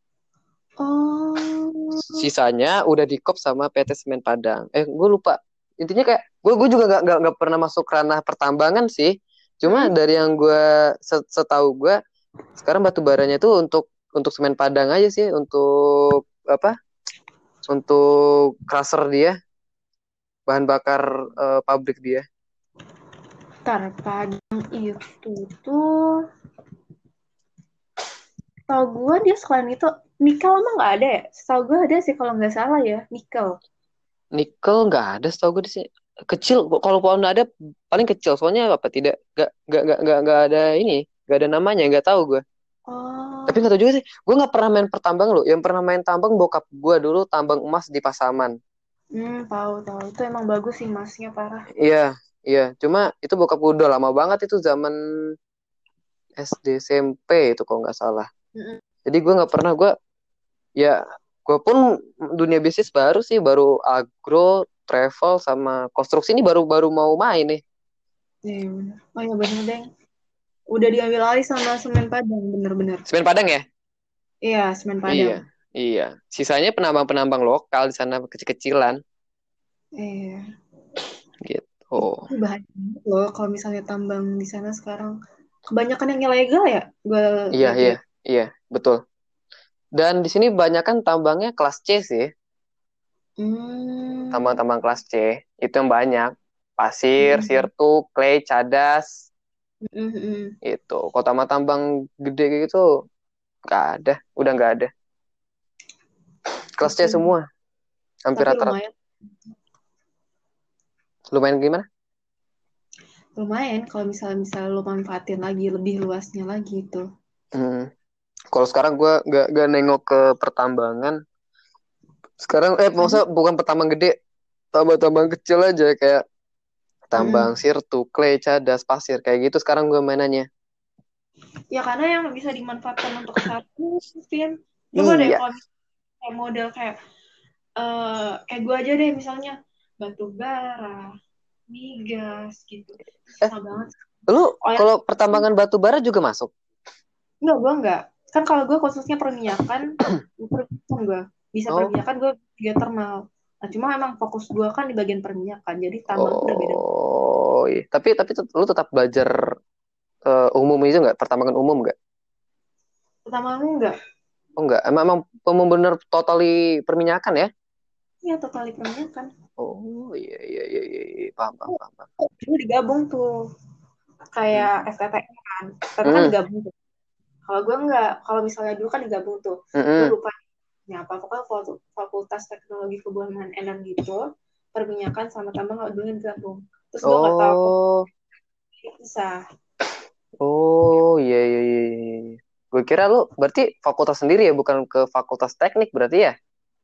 Speaker 2: Oh,
Speaker 1: Sisanya udah di-kop sama PT Semen Padang. Gue lupa. Intinya kayak gue juga nggak pernah masuk ranah pertambangan sih. Cuma
Speaker 2: mm,
Speaker 1: dari yang gue setahu gue sekarang batu baranya itu untuk semen Padang aja sih, untuk apa? Untuk crusher dia, bahan bakar pabrik dia.
Speaker 2: ntar Padang itu tuh, tau gue dia selain itu nikel emang nggak ada ya? Setahu gue ada sih kalau nggak salah ya, nikel.
Speaker 1: Nikel nggak ada setahu gue di sini. Kecil, kalau pohon ada paling kecil. Soalnya apa tidak nggak ada ini, nggak ada namanya, nggak tahu gue. Tapi
Speaker 2: Oh,
Speaker 1: nggak tahu juga sih. Gue nggak pernah main pertambang loh. Yang pernah main tambang bokap gue dulu tambang emas di Pasaman.
Speaker 2: tahu itu emang bagus sih masnya parah.
Speaker 1: Iya, iya. Cuma itu bokap gue udah lama banget itu zaman SD SMP itu kalau nggak salah.
Speaker 2: Mm-mm.
Speaker 1: Jadi gue nggak pernah ya gue pun dunia bisnis baru sih, baru agro, travel sama konstruksi ini baru baru mau main nih.
Speaker 2: Iya, bener. Oh ya bener deh. Udah diambil alih sama semen Padang, bener-bener.
Speaker 1: Semen Padang ya?
Speaker 2: Iya, semen
Speaker 1: Iya,
Speaker 2: Padang.
Speaker 1: iya. Sisanya penambang-penambang lokal di sana kecil-kecilan
Speaker 2: Iya.
Speaker 1: gitu.
Speaker 2: Itu bahaya banget loh kalau misalnya tambang di sana sekarang. Kebanyakan yang ilegal ya, gue
Speaker 1: Iya, iya,
Speaker 2: lihat-lihat.
Speaker 1: iya, betul. Dan di sini banyak kan tambangnya kelas C sih,
Speaker 2: Hmm.
Speaker 1: tambang-tambang kelas C itu yang banyak. Pasir,
Speaker 2: Mm-mm.
Speaker 1: sirtu, clay, cadas,
Speaker 2: Mm-mm.
Speaker 1: itu. Kalau tambang-tambang gede kayak gitu nggak ada, udah nggak ada. Kelas C
Speaker 2: Tapi
Speaker 1: semua, hampir
Speaker 2: tapi
Speaker 1: rata-rata.
Speaker 2: lumayan
Speaker 1: Lumayan gimana?
Speaker 2: lumayan kalau misalnya lo manfaatin lagi lebih luasnya lagi itu.
Speaker 1: Hmm. Kalau sekarang gue nggak nengok ke pertambangan. Sekarang
Speaker 2: Karena
Speaker 1: maksudnya bukan pertambangan gede, tambang-tambang kecil aja kayak tambang
Speaker 2: mm,
Speaker 1: sirtu, clay, cadas, pasir kayak gitu. Sekarang gue mainannya.
Speaker 2: ya karena yang bisa dimanfaatkan untuk satu mungkin coba deh
Speaker 1: Iya.
Speaker 2: kalau misalnya model kayak gue aja deh misalnya batu bara, migas gitu.
Speaker 1: Eh,
Speaker 2: Susah banget.
Speaker 1: lu
Speaker 2: Oh ya,
Speaker 1: kalau pertambangan batu bara juga masuk?
Speaker 2: enggak, gue enggak. Kan kalau gue khususnya perminyakan gue. Bisa
Speaker 1: Oh,
Speaker 2: perminyakan, gue geothermal. Nah, cuma emang fokus gue kan di bagian perminyakan. Jadi tambang tuh udah beda.
Speaker 1: oh, iya. Tapi lu tetap belajar umum itu nggak? Pertambangan umum nggak?
Speaker 2: Pertama lu enggak.
Speaker 1: Oh nggak. Emang emang bener totally perminyakan ya?
Speaker 2: Ya, total perminyakan.
Speaker 1: Oh iya iya iya iya, iya. Paham paham paham. Paham.
Speaker 2: Gue digabung tuh. Kayak
Speaker 1: Hmm.
Speaker 2: FTTM kan. FTTM kan
Speaker 1: Hmm.
Speaker 2: digabung tuh. Kalau gue enggak. Kalau misalnya dulu kan digabung tuh. Gue
Speaker 1: Hmm.
Speaker 2: lupa ya apa. Pokoknya Fakultas Teknologi Keuangan Energi itu perminyakan sama tambang kalau dulu digabung. Terus gue nggak tahu apa
Speaker 1: Oh.
Speaker 2: bisa.
Speaker 1: Oh iya iya iya iya, iya. Gue kira lu berarti fakultas sendiri ya, bukan ke fakultas teknik berarti ya?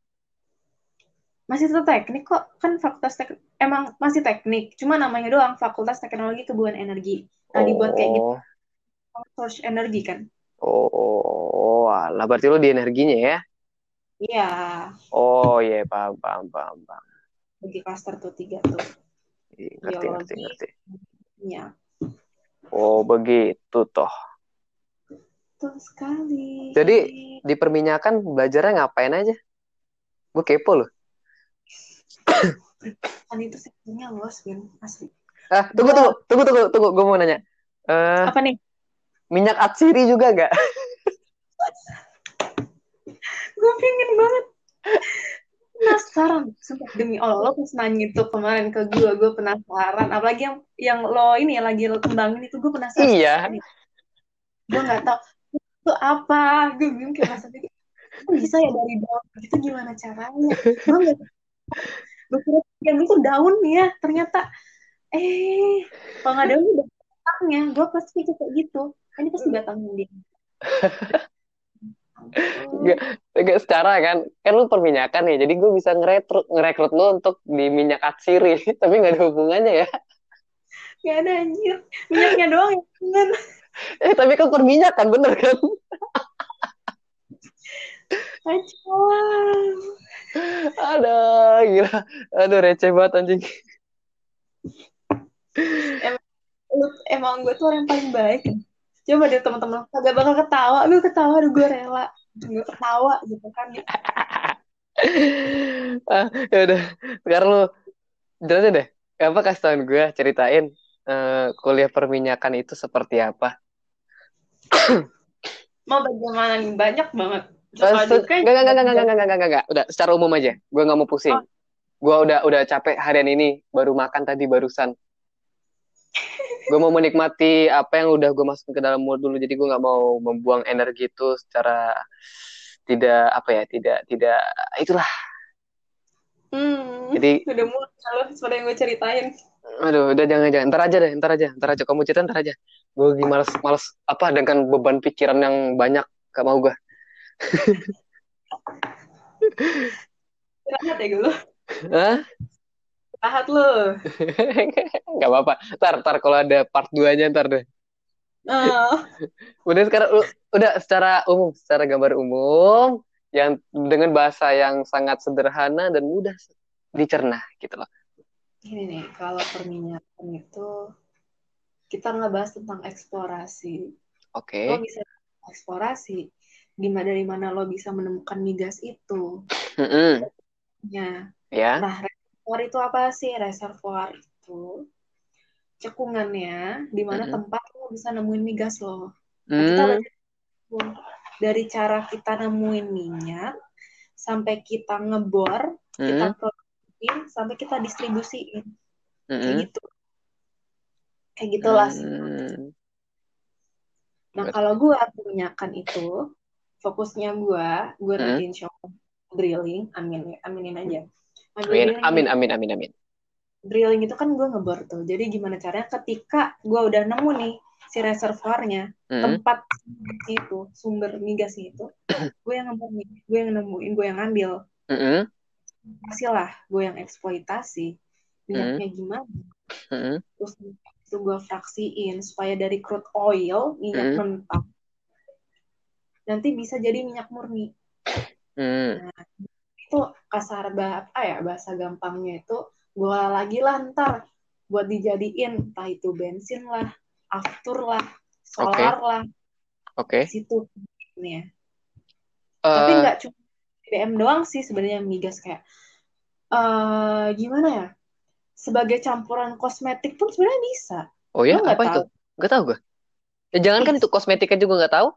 Speaker 2: Masih tetap teknik kok. Kan emang masih teknik. Cuma namanya doang Fakultas Teknologi Keuangan Energi. Nah, dibuat kayak gitu.
Speaker 1: Oh,
Speaker 2: Source energi kan.
Speaker 1: oh, alah berarti lu di energinya ya?
Speaker 2: Iya.
Speaker 1: Oh iya, paham paham paham paham.
Speaker 2: Bagi klaster tuh tiga tuh.
Speaker 1: Ih, ngerti ngerti
Speaker 2: Geologi.
Speaker 1: ngerti.
Speaker 2: Ya.
Speaker 1: Oh begitu toh.
Speaker 2: Betul sekali.
Speaker 1: Jadi di perminyakan belajarnya ngapain aja? Gue kepo loh.
Speaker 2: Kan itu sektornya luas, Win. Asli.
Speaker 1: Ah, tunggu
Speaker 2: Gue,
Speaker 1: tunggu tunggu tunggu tunggu. Gue mau nanya. Eh,
Speaker 2: apa nih?
Speaker 1: Minyak atsiri juga nggak?
Speaker 2: Gue pengen banget. Penasaran. Sumpah, demi Allah, lo pas nanya itu kemarin ke gue penasaran. Apalagi yang lo ini ya, lagi lo kembangin itu, gue penasaran.
Speaker 1: Iya.
Speaker 2: Gue nggak tahu itu apa. Gue bingung kayak masa pikir, kok bisa ya dari daun itu gimana caranya? Gue nggak, gue kira yang itu daun ya, ternyata kalau nggak daun udah batangnya. Gue pasti pikir kayak gitu. Ini pasti batangnya dia.
Speaker 1: Nggak,
Speaker 2: Ampun.
Speaker 1: nggak secara kan lu perminyakan nih, jadi gue bisa ngerekrut lu untuk di minyak atsiri, tapi nggak ada hubungannya ya.
Speaker 2: Gak ada anjir. Minyaknya doang ya. Kan?
Speaker 1: Tapi kan perminyakan bener kan?
Speaker 2: Kacau.
Speaker 1: Aduh, gila. Aduh, receh banget anjing.
Speaker 2: Emang, emang gue tuh orang yang paling baik. Coba deh teman-teman kagak bakal ketawa. Lu ketawa, aduh gue rela. Gue ketawa gitu kan.
Speaker 1: Ya udah, sekarang lu jelasin deh. Apa kasih tahuin gue, ceritain kuliah perminyakan itu seperti apa?
Speaker 2: Mau bagaimana nih? Banyak banget. Suka dukanya.
Speaker 1: Enggak. Udah, secara umum aja. Gue nggak mau
Speaker 2: Oh,
Speaker 1: pusing. Gue udah capek harian ini. Baru makan tadi barusan. Gue mau menikmati apa yang udah gue masukin ke dalam mulut dulu. Jadi gue nggak mau membuang energi itu secara tidak apa ya, tidak itulah. Jadi,
Speaker 2: udah mulai kalau seperti yang gue ceritain.
Speaker 1: aduh, udah jangan ntar aja deh, ntar aja. Kamu cerita ntar aja. Gue lagi males apa dengan beban pikiran yang banyak. Gak mau gue.
Speaker 2: Istirahat ya gue.
Speaker 1: Hah?
Speaker 2: Istirahat lu.
Speaker 1: Gak apa-apa. Ntar kalau ada part 2-nya ntar deh.
Speaker 2: Oh,
Speaker 1: Udah sekarang udah secara gambar umum yang dengan bahasa yang sangat sederhana dan mudah dicerna gitu loh.
Speaker 2: ini nih, kalau perminyakan itu kita ngebahas tentang eksplorasi. Lo
Speaker 1: Oke.
Speaker 2: bisa eksplorasi dari mana lo bisa menemukan migas itu.
Speaker 1: Mm-mm.
Speaker 2: Ya.
Speaker 1: Ya.
Speaker 2: Nah, reservoir itu apa sih? Reservoir itu cekungannya di mana
Speaker 1: Mm-mm.
Speaker 2: tempat lo bisa nemuin migas lo. Nah, kita
Speaker 1: Mm.
Speaker 2: belajar dari cara kita nemuin minyak sampai kita ngebor, kita
Speaker 1: Mm.
Speaker 2: produksiin, sampai kita distribusiin. Kayak
Speaker 1: Mm-mm.
Speaker 2: gitu. Kayak gitulah sih.
Speaker 1: Mm.
Speaker 2: Nah, kalau gue perminyakan itu, fokusnya gue
Speaker 1: Mm.
Speaker 2: nanti insya Allah drilling, aminin aja. Ambil
Speaker 1: Amin,
Speaker 2: drilling
Speaker 1: amin,
Speaker 2: gimana?
Speaker 1: amin, amin, amin.
Speaker 2: Drilling itu kan gue ngebor tuh. Jadi gimana caranya ketika gue udah nemu nih si reservoirnya,
Speaker 1: Mm.
Speaker 2: tempat itu, sumber migasnya itu, gue yang ngebor nih, gue yang nemuin, gue yang ngambil.
Speaker 1: Mm-mm.
Speaker 2: Hasil lah, gue yang eksploitasi.
Speaker 1: Mm.
Speaker 2: Minyaknya gimana?
Speaker 1: Mm.
Speaker 2: Terus itu gue fraksiin supaya dari crude oil, minyak
Speaker 1: Mm.
Speaker 2: mentah, nanti bisa jadi minyak murni.
Speaker 1: Mm.
Speaker 2: Nah, itu kasar apa ya, bahasa gampangnya itu gue lagi lah ntar buat dijadiin entah itu bensin lah, aftur lah, solar
Speaker 1: Oke,
Speaker 2: lah,
Speaker 1: oke.
Speaker 2: situ nih ya. Tapi
Speaker 1: Eh,
Speaker 2: nggak cuma BBM doang sih sebenarnya migas kayak gimana ya, sebagai campuran kosmetik pun sebenarnya bisa.
Speaker 1: oh ya,
Speaker 2: Lo nggak
Speaker 1: apa itu?
Speaker 2: tahu?
Speaker 1: Gak tahu gue. Ya, jangan kan
Speaker 2: Ih,
Speaker 1: itu kosmetika juga nggak tahu.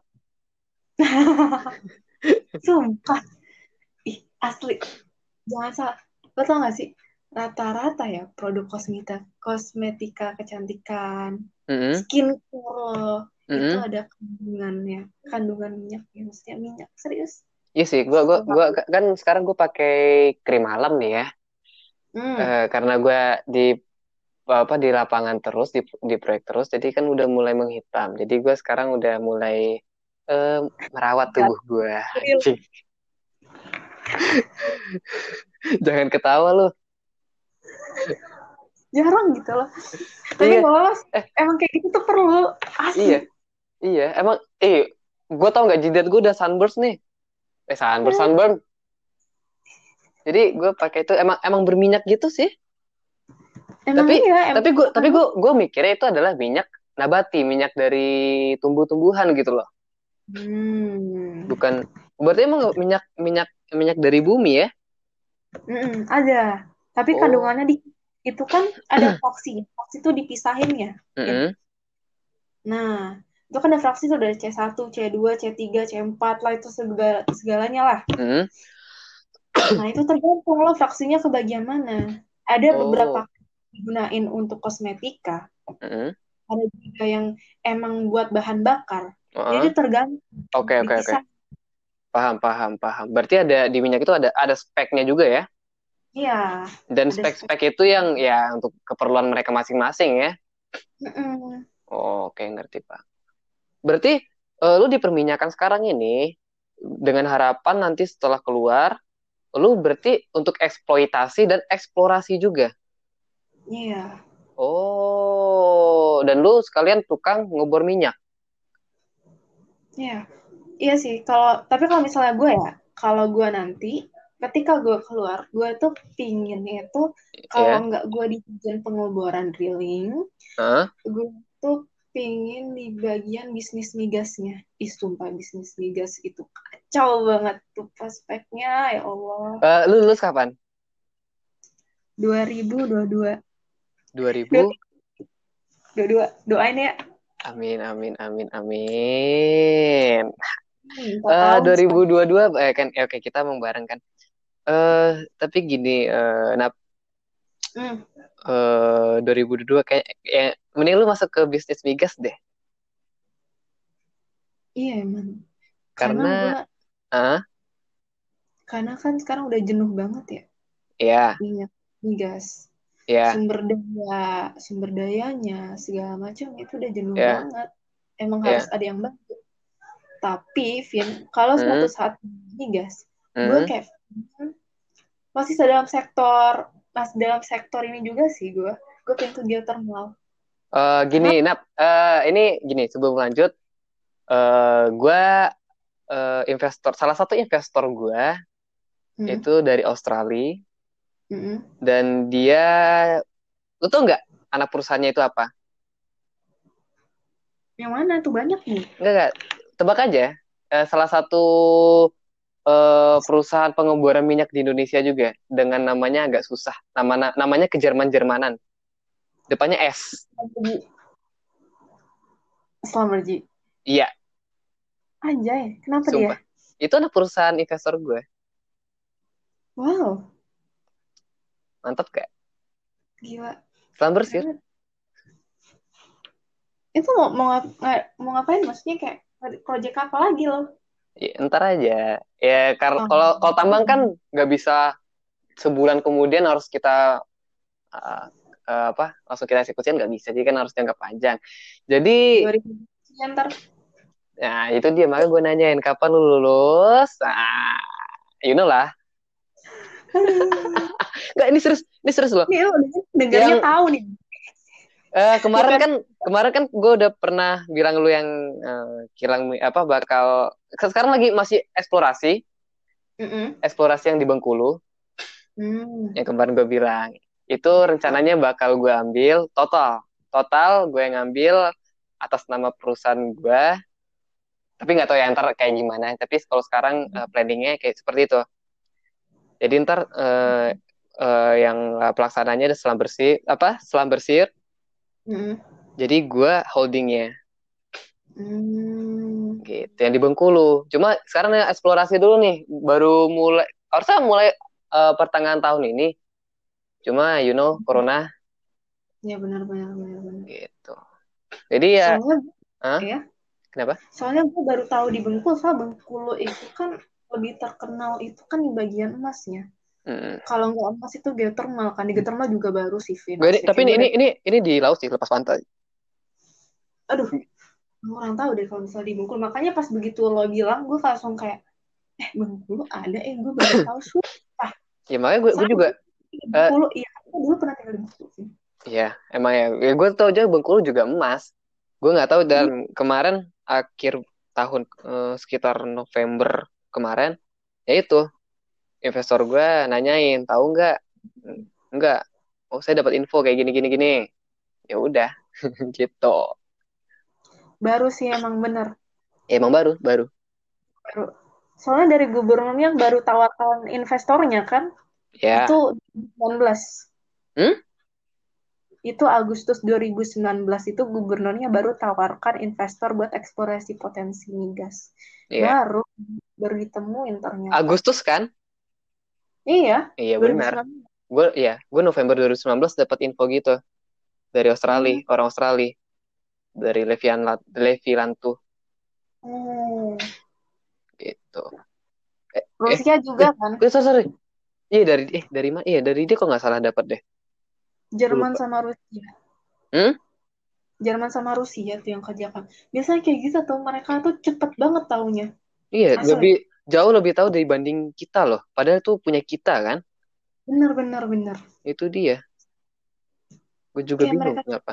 Speaker 2: sumpah. Ih, asli. Jangan salah. Lo tau gak sih? Rata-rata ya produk kosmetika kecantikan,
Speaker 1: Mm-mm.
Speaker 2: skincare lo, itu
Speaker 1: Mm-mm.
Speaker 2: ada kandungannya. Kandungan minyak. Ya, maksudnya minyak. Serius.
Speaker 1: Iya sih, gua kan sekarang gue pakai krim malam nih ya.
Speaker 2: Hmm.
Speaker 1: Karena gue di di lapangan terus, di proyek terus, jadi kan udah mulai menghitam. Jadi gue sekarang udah mulai eh, merawat tubuh gue.
Speaker 2: Real.
Speaker 1: Anjing, jangan ketawa lu.
Speaker 2: Jarang gitu loh. Tapi
Speaker 1: Iya,
Speaker 2: gak apa-apa.
Speaker 1: eh
Speaker 2: Emang kayak gitu tuh perlu.
Speaker 1: iya,
Speaker 2: Asli.
Speaker 1: iya. Emang, gue tau nggak jidat gue udah sunburst nih. Sunburn. Jadi gue pakai itu emang emang berminyak gitu sih.
Speaker 2: Emang
Speaker 1: Tapi
Speaker 2: iya.
Speaker 1: tapi
Speaker 2: Emang
Speaker 1: gue tapi gue gue mikirnya itu adalah minyak nabati, minyak dari tumbuh-tumbuhan gitu loh.
Speaker 2: Hmm.
Speaker 1: Bukan, berarti emang minyak minyak minyak dari bumi ya?
Speaker 2: Ada. Tapi
Speaker 1: Oh.
Speaker 2: kandungannya itu kan ada voksi. Voksi itu dipisahin ya. Ya.
Speaker 1: Mm-mm.
Speaker 2: Nah, Itu kan ada fraksi tuh, ada C1, C2, C3, C4 lah, itu segalanya lah.
Speaker 1: Hmm.
Speaker 2: Nah, itu tergantung lo fraksinya ke bagian mana. Ada beberapa
Speaker 1: Oh.
Speaker 2: digunain untuk kosmetika,
Speaker 1: Hmm.
Speaker 2: ada juga yang emang buat bahan bakar. Jadi
Speaker 1: Heeh.
Speaker 2: itu tergantung,
Speaker 1: Oke, oke, oke.
Speaker 2: dipisah.
Speaker 1: Paham, paham, paham. Berarti ada di minyak itu ada speknya juga ya?
Speaker 2: Iya,
Speaker 1: Dan
Speaker 2: ada spek.
Speaker 1: spek-spek itu yang ya untuk keperluan mereka masing-masing ya?
Speaker 2: Mm-mm.
Speaker 1: Oh, oke, ngerti, Pak. Berarti lu di perminyakan sekarang ini dengan harapan nanti setelah keluar, lu berarti untuk eksploitasi dan eksplorasi juga.
Speaker 2: Iya,
Speaker 1: Oh, dan lu sekalian tukang ngebor minyak.
Speaker 2: iya, iya sih. Tapi kalau misalnya gue ya, kalau gue nanti, ketika gue keluar, gue tuh pinginnya itu kalau
Speaker 1: Ya.
Speaker 2: nggak gue di bagian pengeboran drilling,
Speaker 1: Hah?
Speaker 2: gue tuh pingin di bagian bisnis migasnya. Ih, sumpah bisnis migas itu kacau banget tuh prospeknya, ya Allah.
Speaker 1: Lu lulus kapan?
Speaker 2: 2022.
Speaker 1: 2000.
Speaker 2: 2022. Doain ya.
Speaker 1: Amin, amin, amin, amin.
Speaker 2: 4 tahun sekarang.
Speaker 1: 2022 kan oke kita mau bareng kan. Tapi gini, nah,
Speaker 2: Hmm,
Speaker 1: 2022 kayak ya, mending lu masuk ke bisnis migas deh.
Speaker 2: iya emang. Karena gue,
Speaker 1: Karena
Speaker 2: karena kan sekarang udah jenuh banget ya
Speaker 1: ya,
Speaker 2: minyak migas.
Speaker 1: ya,
Speaker 2: Sumber dayanya segala macam itu udah jenuh
Speaker 1: ya,
Speaker 2: banget. Emang harus
Speaker 1: ya.
Speaker 2: ada yang bantu. Tapi Vin, kalau suatu
Speaker 1: Hmm,
Speaker 2: saat migas, gue
Speaker 1: hmm.
Speaker 2: kayak masih dalam sektor ini juga sih gue pengen ke geothermal.
Speaker 1: Gini,
Speaker 2: Karena
Speaker 1: Nap, ini gini sebelum lanjut, gue investor, salah satu investor gue
Speaker 2: hmm,
Speaker 1: itu dari Australia
Speaker 2: hmm,
Speaker 1: dan dia, lu tau nggak anak perusahaannya itu apa?
Speaker 2: yang mana tuh banyak nih.
Speaker 1: Nggak, tebak aja. Salah satu perusahaan pengeboran minyak di Indonesia juga dengan namanya agak susah. Namanya kejerman-jermanan. Depannya S.
Speaker 2: Selamerji.
Speaker 1: Iya,
Speaker 2: Anjay, kenapa dia?
Speaker 1: sumpah. Itu anak perusahaan investor gue.
Speaker 2: Wow,
Speaker 1: Mantap gak?
Speaker 2: gila.
Speaker 1: Selam bersih.
Speaker 2: Keren. Itu mau ngapain? Maksudnya kayak project apa lagi loh?
Speaker 1: Ya, ntar aja. Ya, karena
Speaker 2: Oh.
Speaker 1: kalau tambang kan nggak bisa sebulan kemudian harus kita uh, apa langsung kita eksekusikan nggak bisa. Jadi kan harus jangka panjang. Jadi
Speaker 2: 2000 sekian ntar.
Speaker 1: nah itu dia makanya gue nanyain kapan lu lulus. Nah, you know lah. Nggak ini serius loh.
Speaker 2: Nih lo dengernya
Speaker 1: Yang
Speaker 2: tahu nih.
Speaker 1: kemarin
Speaker 2: Bukan.
Speaker 1: kan gue udah pernah bilang lu yang kilang apa bakal sekarang lagi masih
Speaker 2: Mm-mm.
Speaker 1: eksplorasi yang di Bengkulu
Speaker 2: Hmm.
Speaker 1: yang kemarin gue bilang itu rencananya bakal gue ambil total gue ngambil atas nama perusahaan gue tapi nggak tahu ya ntar kayak gimana tapi kalau sekarang planningnya kayak seperti itu jadi ntar yang pelaksananya ada selam bersih
Speaker 2: Mm-mm.
Speaker 1: jadi gue holdingnya
Speaker 2: Hmm.
Speaker 1: gitu yang di Bengkulu cuma sekarang ya eksplorasi dulu nih baru mulai harusnya mulai pertengahan tahun ini cuma corona
Speaker 2: Ya benar benar benar benar.
Speaker 1: gitu jadi ya
Speaker 2: Soalnya
Speaker 1: Hah?
Speaker 2: ya,
Speaker 1: Kenapa?
Speaker 2: soalnya gue baru tahu di Bengkulu, soal Bengkulu itu kan lebih terkenal itu kan di bagian emasnya.
Speaker 1: Hmm.
Speaker 2: Kalau nggak emas itu geothermal kan, di geothermal juga baru sih Vin,
Speaker 1: Gue
Speaker 2: asli
Speaker 1: tapi
Speaker 2: Vin
Speaker 1: ini
Speaker 2: gue
Speaker 1: ini
Speaker 2: udah,
Speaker 1: ini ini di laut sih lepas pantai.
Speaker 2: aduh, orang tahu deh kalau misalnya di Bengkulu. Makanya pas begitu lo bilang, gue langsung kayak, Bengkulu ada, gue baru tahu. Sumpah,
Speaker 1: Ya makanya gue
Speaker 2: sama
Speaker 1: juga
Speaker 2: di
Speaker 1: eh
Speaker 2: Bengkulu, iya, aku dulu pernah tinggal di Bengkulu sih.
Speaker 1: ya emang ya gue tau aja Bengkulu juga emas. Gue nggak tahu dan
Speaker 2: Iya,
Speaker 1: kemarin akhir tahun sekitar November kemarin ya itu investor gue nanyain tahu nggak? Nggak. Oh saya dapat info kayak gini gini gini. Ya udah gitu.
Speaker 2: baru sih emang bener.
Speaker 1: Ya, emang baru baru.
Speaker 2: Baru. Soalnya dari gubernurnya baru tawarkan investornya kan, itu
Speaker 1: Ya.
Speaker 2: 19.
Speaker 1: Hmm?
Speaker 2: Itu Agustus 2019 itu gubernurnya baru tawarkan investor buat eksplorasi potensi migas.
Speaker 1: Iya.
Speaker 2: Baru baru ditemuin ternyata.
Speaker 1: Agustus kan?
Speaker 2: Iya,
Speaker 1: Iya benar.
Speaker 2: 2019.
Speaker 1: Gue November 2019 dapat info gitu dari Australia,
Speaker 2: Hmm.
Speaker 1: orang Australia, dari Levi Lantu
Speaker 2: Hmm.
Speaker 1: gitu. Eh,
Speaker 2: Rusia juga kan?
Speaker 1: sorry. Iya dari mana? Iya dari dia kok nggak salah dapat deh. Gue
Speaker 2: Jerman
Speaker 1: lupa.
Speaker 2: sama Rusia.
Speaker 1: Hmm?
Speaker 2: Jerman sama Rusia tuh yang kerjakan. Biasanya kayak gitu tuh, mereka tuh cepet banget taunya.
Speaker 1: Iya,
Speaker 2: Asli.
Speaker 1: jauh lebih tahu dibanding kita loh. Padahal tuh punya kita kan.
Speaker 2: Bener, bener, bener.
Speaker 1: Itu dia. Gue juga
Speaker 2: Kayak
Speaker 1: bingung
Speaker 2: mereka,
Speaker 1: kenapa.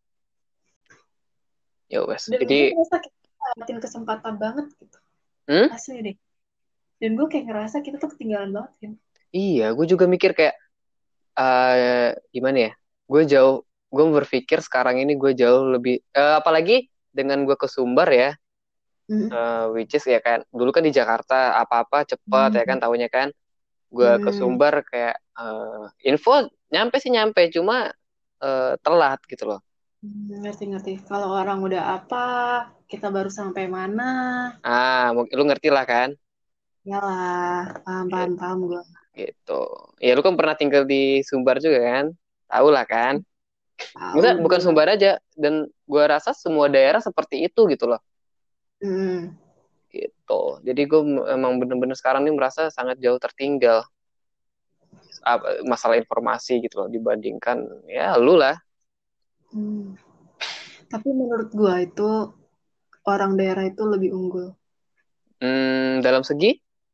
Speaker 1: Ya wes.
Speaker 2: dan gue
Speaker 1: Jadi,
Speaker 2: ngerasa kita dapetin kesempatan banget gitu.
Speaker 1: hmm?
Speaker 2: Asli deh. Dan gue kayak ngerasa kita tuh ketinggalan banget kan.
Speaker 1: Iya, gue juga mikir kayak gimana ya? Gue jauh, gue berpikir sekarang ini gue jauh lebih, apalagi dengan gue ke Sumbar ya,
Speaker 2: Hmm.
Speaker 1: which is ya kan, dulu kan di Jakarta apa-apa cepet ya kan,
Speaker 2: Hmm.
Speaker 1: tahunya kan, gue ke
Speaker 2: Hmm.
Speaker 1: Sumbar kayak info nyampe sih nyampe, cuma telat gitu loh.
Speaker 2: Ngerti, ngerti. Kalau orang udah apa, kita baru sampai mana.
Speaker 1: Mungkin lu ngerti lah kan?
Speaker 2: Yalah, paham, paham,
Speaker 1: Gitu.
Speaker 2: paham gue.
Speaker 1: Gitu. Ya lu kan pernah tinggal di Sumbar juga kan? Tahu lah kan?
Speaker 2: Tahu
Speaker 1: Maksudnya bukan
Speaker 2: gue.
Speaker 1: Sumbar aja dan gua rasa semua daerah seperti itu gitu loh.
Speaker 2: Hmm.
Speaker 1: Gitu. Jadi gue emang bener-bener sekarang ini merasa sangat jauh tertinggal masalah informasi gitu loh dibandingkan ya lu lah.
Speaker 2: Hmm. Tapi menurut gue itu orang daerah itu lebih unggul.
Speaker 1: Dalam segi,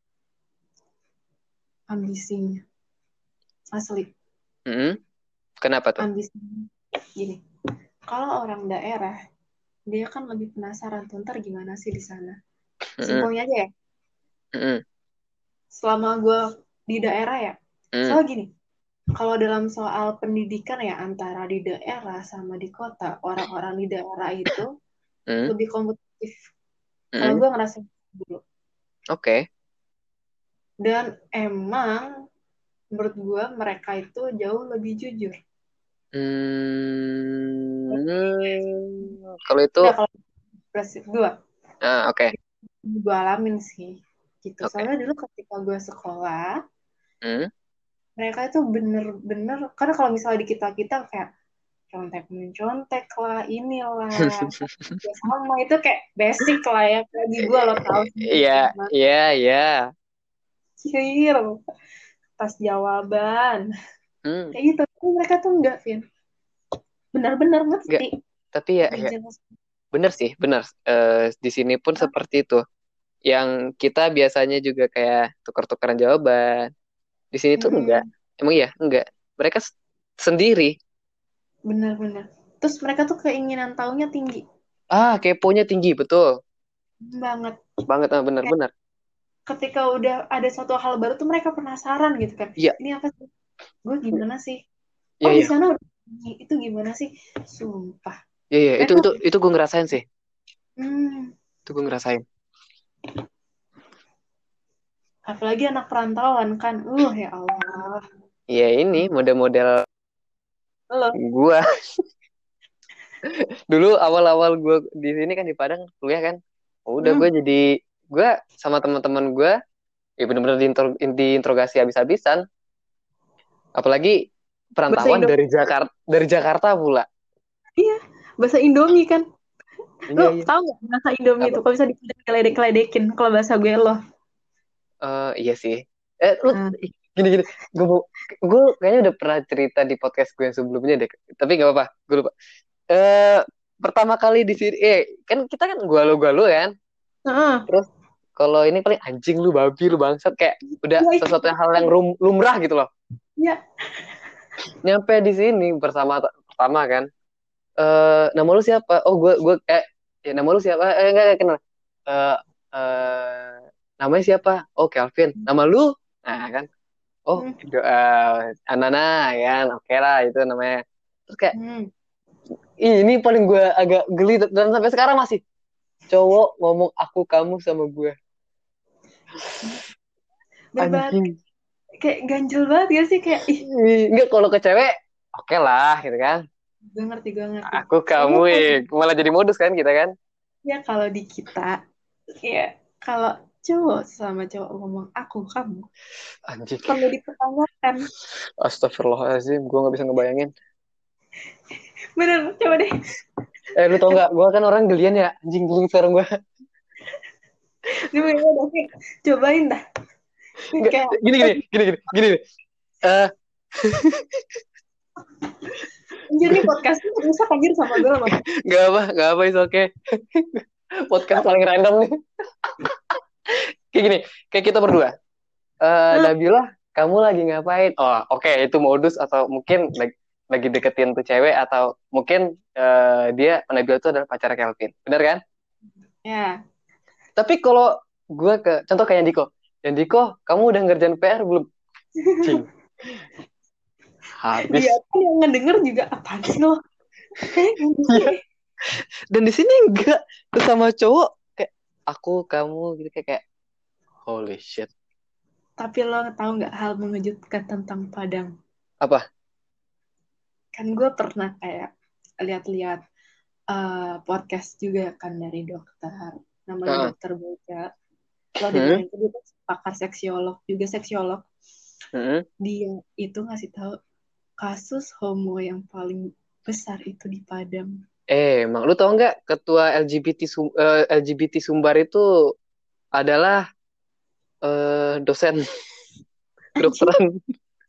Speaker 2: Ambisinya. Asli.
Speaker 1: hmm, kenapa tuh?
Speaker 2: Ambisinya. Gini. Kalau orang daerah, dia kan lebih penasaran tuh, ntar gimana sih di sana.
Speaker 1: Hmm,
Speaker 2: Simpelnya aja ya.
Speaker 1: hmm,
Speaker 2: Selama gue di daerah ya.
Speaker 1: hmm,
Speaker 2: Soal gini. Kalau dalam soal pendidikan ya antara di daerah sama di kota, orang-orang di daerah itu
Speaker 1: hmm,
Speaker 2: lebih kompetitif. Kalau
Speaker 1: hmm.
Speaker 2: gue ngerasa dulu.
Speaker 1: Oke.
Speaker 2: Dan emang menurut gue mereka itu jauh lebih jujur.
Speaker 1: Kalau itu,
Speaker 2: Udah kalau prinsip gue,
Speaker 1: oke,
Speaker 2: gue alamin sih. Gitu.
Speaker 1: oke.
Speaker 2: Soalnya dulu ketika gue sekolah,
Speaker 1: Hmm.
Speaker 2: mereka itu bener-bener, karena kalau misalnya di kita-kita kayak contek mencontek lah, inilah. Ya sama, itu kayak basic lah ya. Bagi gue lo tau sendiri
Speaker 1: Iya,
Speaker 2: sama.
Speaker 1: iya, iya.
Speaker 2: Cir, tas jawaban.
Speaker 1: Hmm.
Speaker 2: Kayak gitu. Tapi mereka tuh enggak, Vin. Benar-benar
Speaker 1: Enggak.
Speaker 2: ngerti.
Speaker 1: Tapi ya
Speaker 2: Ngejelas.
Speaker 1: bener sih, bener. Di sini pun seperti itu. Yang kita biasanya juga kayak tukar-tukaran jawaban. Di sini tuh enggak.
Speaker 2: Mm-mm.
Speaker 1: Emang iya, enggak. Mereka sendiri.
Speaker 2: Benar-benar. Terus mereka tuh keinginan taunya tinggi
Speaker 1: Keponya tinggi, betul.
Speaker 2: banget.
Speaker 1: Banget,
Speaker 2: Kayak
Speaker 1: bener-bener.
Speaker 2: ketika udah ada suatu hal baru tuh mereka penasaran gitu kan.
Speaker 1: Iya,
Speaker 2: Ini apa sih? Gue gimana sih?
Speaker 1: iya,
Speaker 2: Oh di
Speaker 1: iya.
Speaker 2: sana udah itu gimana sih? Sumpah.
Speaker 1: Iya, iya. Itu,
Speaker 2: Mereka,
Speaker 1: itu gue ngerasain sih.
Speaker 2: hmm,
Speaker 1: Itu gue ngerasain.
Speaker 2: apalagi anak perantauan kan. Ya Allah.
Speaker 1: Iya, ini model-model
Speaker 2: Lo.
Speaker 1: gue. Dulu awal-awal gue di sini kan di Padang kuliah kan. Udah gue
Speaker 2: Hmm.
Speaker 1: jadi, gue sama teman-teman gue, ya bener-bener diinterogasi habis-habisan. Apalagi
Speaker 2: Bahasa
Speaker 1: perantauan
Speaker 2: Indomie.
Speaker 1: Dari Jakarta pula.
Speaker 2: Iya. Bahasa Indomie kan. Lo
Speaker 1: Iya, iya.
Speaker 2: tau gak bahasa Indomie
Speaker 1: Apa?
Speaker 2: itu? Kalau bisa diledek-ledekin. Kalau bahasa gue lo.
Speaker 1: Iya sih. Lu
Speaker 2: Nah.
Speaker 1: gini-gini. Gue kayaknya udah pernah cerita di podcast gue yang sebelumnya deh. Tapi nggak apa-apa. Gue lupa. Eh, pertama kali di sini, kan kita kan gua lo kan.
Speaker 2: Heeh.
Speaker 1: Terus kalau ini paling anjing lu babi lu bangsat kayak udah
Speaker 2: Iya,
Speaker 1: sesuatu yang hal yang lumrah gitu loh.
Speaker 2: iya.
Speaker 1: Nyampe di sini pertama kan. Nama lu siapa? Oh gue ya, nama lu siapa? Enggak kenal. Eh eh namanya siapa? Oh Kelvin. Nama lu? Nah kan. Oh
Speaker 2: Hmm.
Speaker 1: Anana kan. Oke lah itu namanya. Terus kayak
Speaker 2: Hmm.
Speaker 1: ini paling gue agak geli dan sampai sekarang masih cowok ngomong aku kamu sama gue.
Speaker 2: Bener banget.
Speaker 1: Anjing.
Speaker 2: Kayak ganjel banget ya sih. Kayak, ih.
Speaker 1: Enggak kalau ke cewek oke lah gitu kan.
Speaker 2: Gue ngerti.
Speaker 1: Aku
Speaker 2: Soalnya
Speaker 1: kamu malah jadi modus kan kita kan?
Speaker 2: ya kalau di kita, ya kalau cowok sama cowok ngomong aku, kamu,
Speaker 1: Anjing.
Speaker 2: perlu dipertanyakan.
Speaker 1: Astagfirullahaladzim, gue nggak bisa ngebayangin.
Speaker 2: Bener, coba deh.
Speaker 1: Lu tau nggak? Gue kan orang gelian ya, anjing geli sekarang gue.
Speaker 2: Coba ya, David. Cobain dah.
Speaker 1: Nggak,
Speaker 2: Kayak,
Speaker 1: gini. Eh,
Speaker 2: anjir nih podcastnya rusak anjir sama gue lama.
Speaker 1: nggak apa, itu oke. Podcast paling random nih. Kayak gini, kayak kita berdua.
Speaker 2: Nah,
Speaker 1: Nabila, kamu lagi ngapain? Oh, oke, itu modus atau mungkin lagi deketin tuh cewek atau mungkin dia Nabila itu adalah pacar Kelvin, bener kan?
Speaker 2: ya.
Speaker 1: Tapi kalau gue ke contoh kayak Yandiko, kamu udah ngerjain PR belum? Cing,
Speaker 2: Dia
Speaker 1: habis.
Speaker 2: kan yang ngedenger juga apaan sih lo?
Speaker 1: Iya. Dan di sini enggak sesama cowok kayak aku, kamu gitu kayak holy shit.
Speaker 2: Tapi lo tahu nggak hal mengejutkan tentang Padang?
Speaker 1: Apa?
Speaker 2: Kan gue pernah kayak lihat-lihat podcast juga kan dari dokter. Namanya
Speaker 1: Heeh.
Speaker 2: dokter Boga. Lo
Speaker 1: Hmm?
Speaker 2: dengerin itu pakar seksiolog juga seksiolog.
Speaker 1: Hmm?
Speaker 2: Dia itu ngasih tahu kasus homo yang paling besar itu di Padang.
Speaker 1: Emang lu tau nggak ketua LGBT Sumbar itu adalah dosen
Speaker 2: Anjir,
Speaker 1: kedokteran.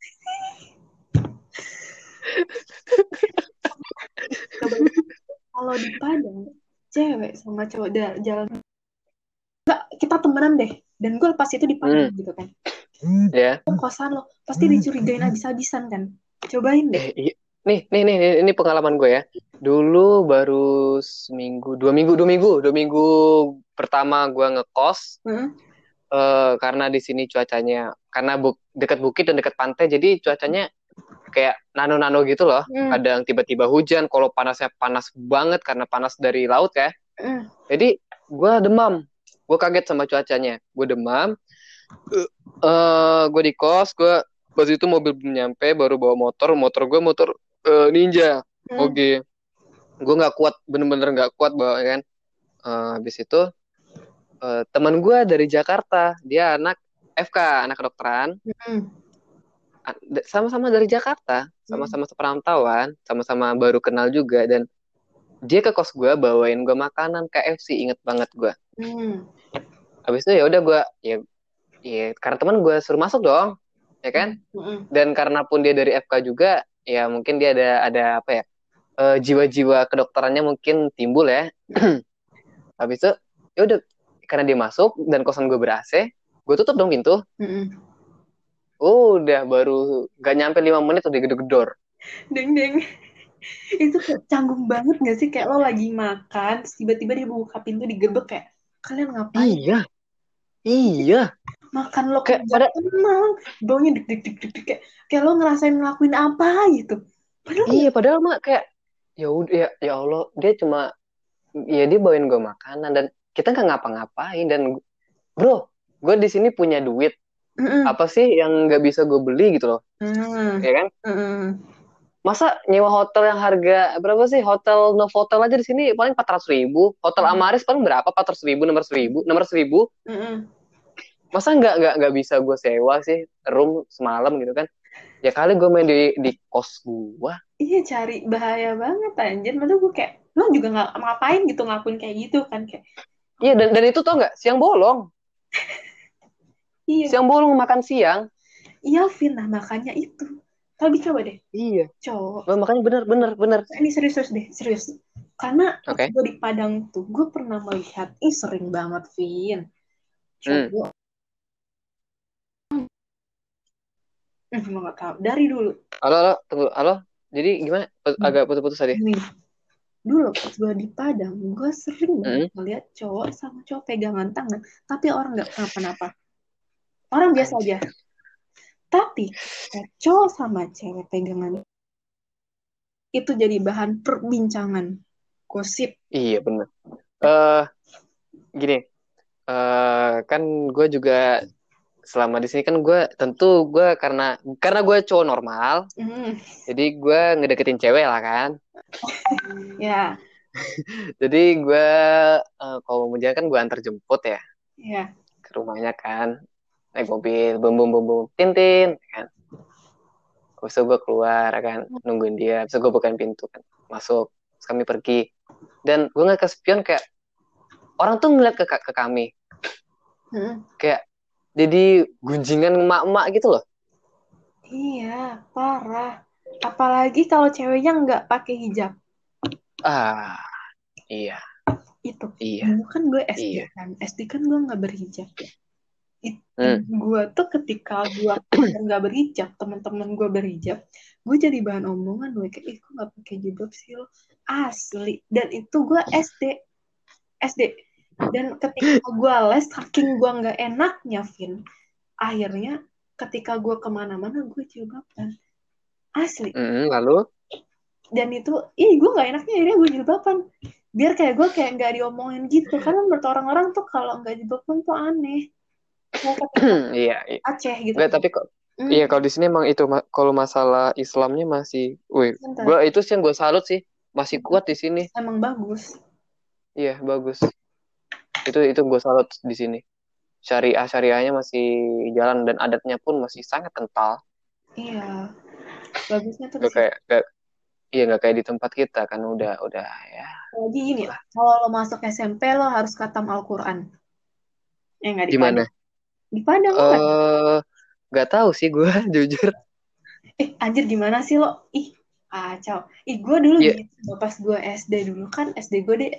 Speaker 2: coba kalau di Padang cewek sama cowok jalan kita temenan deh dan gue pas itu di
Speaker 1: Hmm,
Speaker 2: Padang gitu kan
Speaker 1: ya.
Speaker 2: kosan lo pasti dicurigain abis-abisan kan cobain deh.
Speaker 1: Ini pengalaman gue ya. Dulu baru seminggu, 2 minggu, 2 minggu, 2 minggu pertama gue ngekos.
Speaker 2: Heeh.
Speaker 1: Karena di sini cuacanya, karena dekat bukit dan dekat pantai, jadi cuacanya kayak nano-nano gitu loh.
Speaker 2: Hmm.
Speaker 1: Kadang tiba-tiba hujan, kalau panasnya panas banget karena panas dari laut ya.
Speaker 2: Hmm.
Speaker 1: Jadi gue demam, gue kaget sama cuacanya, gue demam. Gue di kos, gue pas itu mobil belum nyampe, baru bawa motor gue motor Ninja,
Speaker 2: Hmm.
Speaker 1: oke. Gue nggak kuat, bener-bener nggak kuat bawa kan. Habis itu teman gue dari Jakarta, dia anak FK, anak kedokteran,
Speaker 2: Hmm.
Speaker 1: sama-sama dari Jakarta,
Speaker 2: Hmm.
Speaker 1: sama-sama seperantauan, sama-sama baru kenal juga, dan dia ke kos gue bawain gue makanan KFC, inget banget gue.
Speaker 2: Hmm.
Speaker 1: Habis itu ya udah gue ya karena teman gue suruh masuk dong, ya kan?
Speaker 2: Hmm.
Speaker 1: Dan karena pun dia dari FK juga, ya mungkin dia ada apa ya, jiwa-jiwa kedokterannya mungkin timbul ya. Habis itu ya udah, karena dia masuk dan kosan gue ber-AC, gue tutup dong pintu.
Speaker 2: Hmm.
Speaker 1: Udah baru gak nyampe 5 menit udah gedor-gedor.
Speaker 2: Deng deng itu kayak canggung banget gak sih kayak lo lagi makan terus tiba-tiba dia buka pintu digerebek kayak kalian ngapain
Speaker 1: Iya, iya.
Speaker 2: makan lo
Speaker 1: Kayak
Speaker 2: kerja
Speaker 1: pada
Speaker 2: tenang baunya dik dik dik dik dik. Kayak lo ngerasain ngelakuin apa gitu padahal
Speaker 1: iya
Speaker 2: nggak.
Speaker 1: padahal mah kayak ya udah ya Allah, dia cuma ya dia bawain gue makanan dan kita nggak ngapa-ngapain, dan bro, gue di sini punya duit,
Speaker 2: Mm-mm.
Speaker 1: apa sih yang nggak bisa gue beli gitu loh,
Speaker 2: Mm.
Speaker 1: ya kan?
Speaker 2: Mm-mm.
Speaker 1: Masa nyewa hotel yang harga berapa sih? Hotel Novotel aja di sini paling 400 ribu. Hotel Amaris paling berapa? 400 ribu, 600 ribu, 600 ribu.
Speaker 2: Mm-mm.
Speaker 1: Masa nggak bisa gue sewa sih room semalam gitu kan? Ya kali gue main di kos gue.
Speaker 2: Iya cari bahaya banget anjir maksud gue kayak lo juga nggak ngapain gitu ngelakuin kayak gitu kan kayak
Speaker 1: Iya, dan itu tau nggak, siang bolong,
Speaker 2: iya
Speaker 1: siang bolong makan siang.
Speaker 2: iya Vin nah makanya itu tapi coba deh
Speaker 1: Iya.
Speaker 2: cowok
Speaker 1: Nah, makanya bener.
Speaker 2: ini serius deh serius karena pas
Speaker 1: Oke.
Speaker 2: gue di Padang tuh gue pernah melihat sering banget Vin
Speaker 1: Hmm.
Speaker 2: cowok gue nggak tahu dari dulu
Speaker 1: Halo, tunggu, halo. Jadi gimana? Agak putus-putus tadi.
Speaker 2: nih dulu pas gue di Padang gue sering banget
Speaker 1: Hmm.
Speaker 2: ngeliat cowok sama cowok pegangan tangan tapi orang nggak kenapa-napa orang biasa
Speaker 1: Anjir.
Speaker 2: aja tapi cowok sama cewek pegangan itu jadi bahan perbincangan gosip.
Speaker 1: Iya bener. eh Gini, kan gue juga selama di sini kan gue karena gue cowok normal, jadi gue ngedeketin cewek lah kan.
Speaker 2: Ya,
Speaker 1: Jadi gue kalau mau jalan kan gue antar jemput ya
Speaker 2: ya.
Speaker 1: ke rumahnya kan, naik mobil, bum bum bum bum, tintin kan. Habis itu gue keluar kan, nungguin dia. Habis itu gue bukain pintu kan, masuk. Terus kami pergi. Dan gue ngeliat ke spion kayak orang tuh ngeliat ke kami kayak jadi gunjingan emak-emak gitu loh.
Speaker 2: Iya, parah. Apalagi kalau ceweknya nggak pakai hijab.
Speaker 1: Ah, iya,
Speaker 2: Itu.
Speaker 1: iya,
Speaker 2: Dulu kan gue SD
Speaker 1: iya.
Speaker 2: kan. SD kan gue nggak berhijab ya.
Speaker 1: Hmm.
Speaker 2: Gue tuh ketika gue nggak berhijab, teman-teman gue berhijab, gue jadi bahan omongan gue kayak, ih, kok nggak pakai jilbab sih lo? Asli. Dan itu gue SD. Dan ketika gue les, saking gue nggak enaknya, Vin, akhirnya ketika gue kemana-mana gue jilbaban. Asli.
Speaker 1: Lalu?
Speaker 2: Dan itu, gue nggak enaknya akhirnya gue jilbaban. Biar kayak gue kayak nggak diomongin gitu. Karena menurut orang-orang tuh kalau nggak jilbaban tuh aneh. Kayak ketika
Speaker 1: Iya, iya.
Speaker 2: Aceh gitu
Speaker 1: Enggak,
Speaker 2: kan.
Speaker 1: tapi kok
Speaker 2: Hmm,
Speaker 1: iya kalau di sini emang itu kalau masalah Islamnya masih, wih, gue
Speaker 2: bentar.
Speaker 1: itu sih yang gue salut sih, masih kuat di sini.
Speaker 2: Emang bagus.
Speaker 1: Iya, bagus. Itu gue salut di sini. Syariahnya masih jalan dan adatnya pun masih sangat kental.
Speaker 2: Iya, bagusnya tuh di
Speaker 1: Gak
Speaker 2: situ.
Speaker 1: kayak gak, iya nggak kayak di tempat kita kan udah ya
Speaker 2: Lagi gini,
Speaker 1: itulah.
Speaker 2: kalau lo masuk SMP lo harus khatam Al-Quran. Nggak di
Speaker 1: Di mana?
Speaker 2: Padang. Di Padang lo nggak?
Speaker 1: Nggak tahu sih gue jujur.
Speaker 2: Anjir gimana sih lo? Kacau. Gue dulu
Speaker 1: Iya.
Speaker 2: gitu. Pas gue SD dulu kan, SD gue deh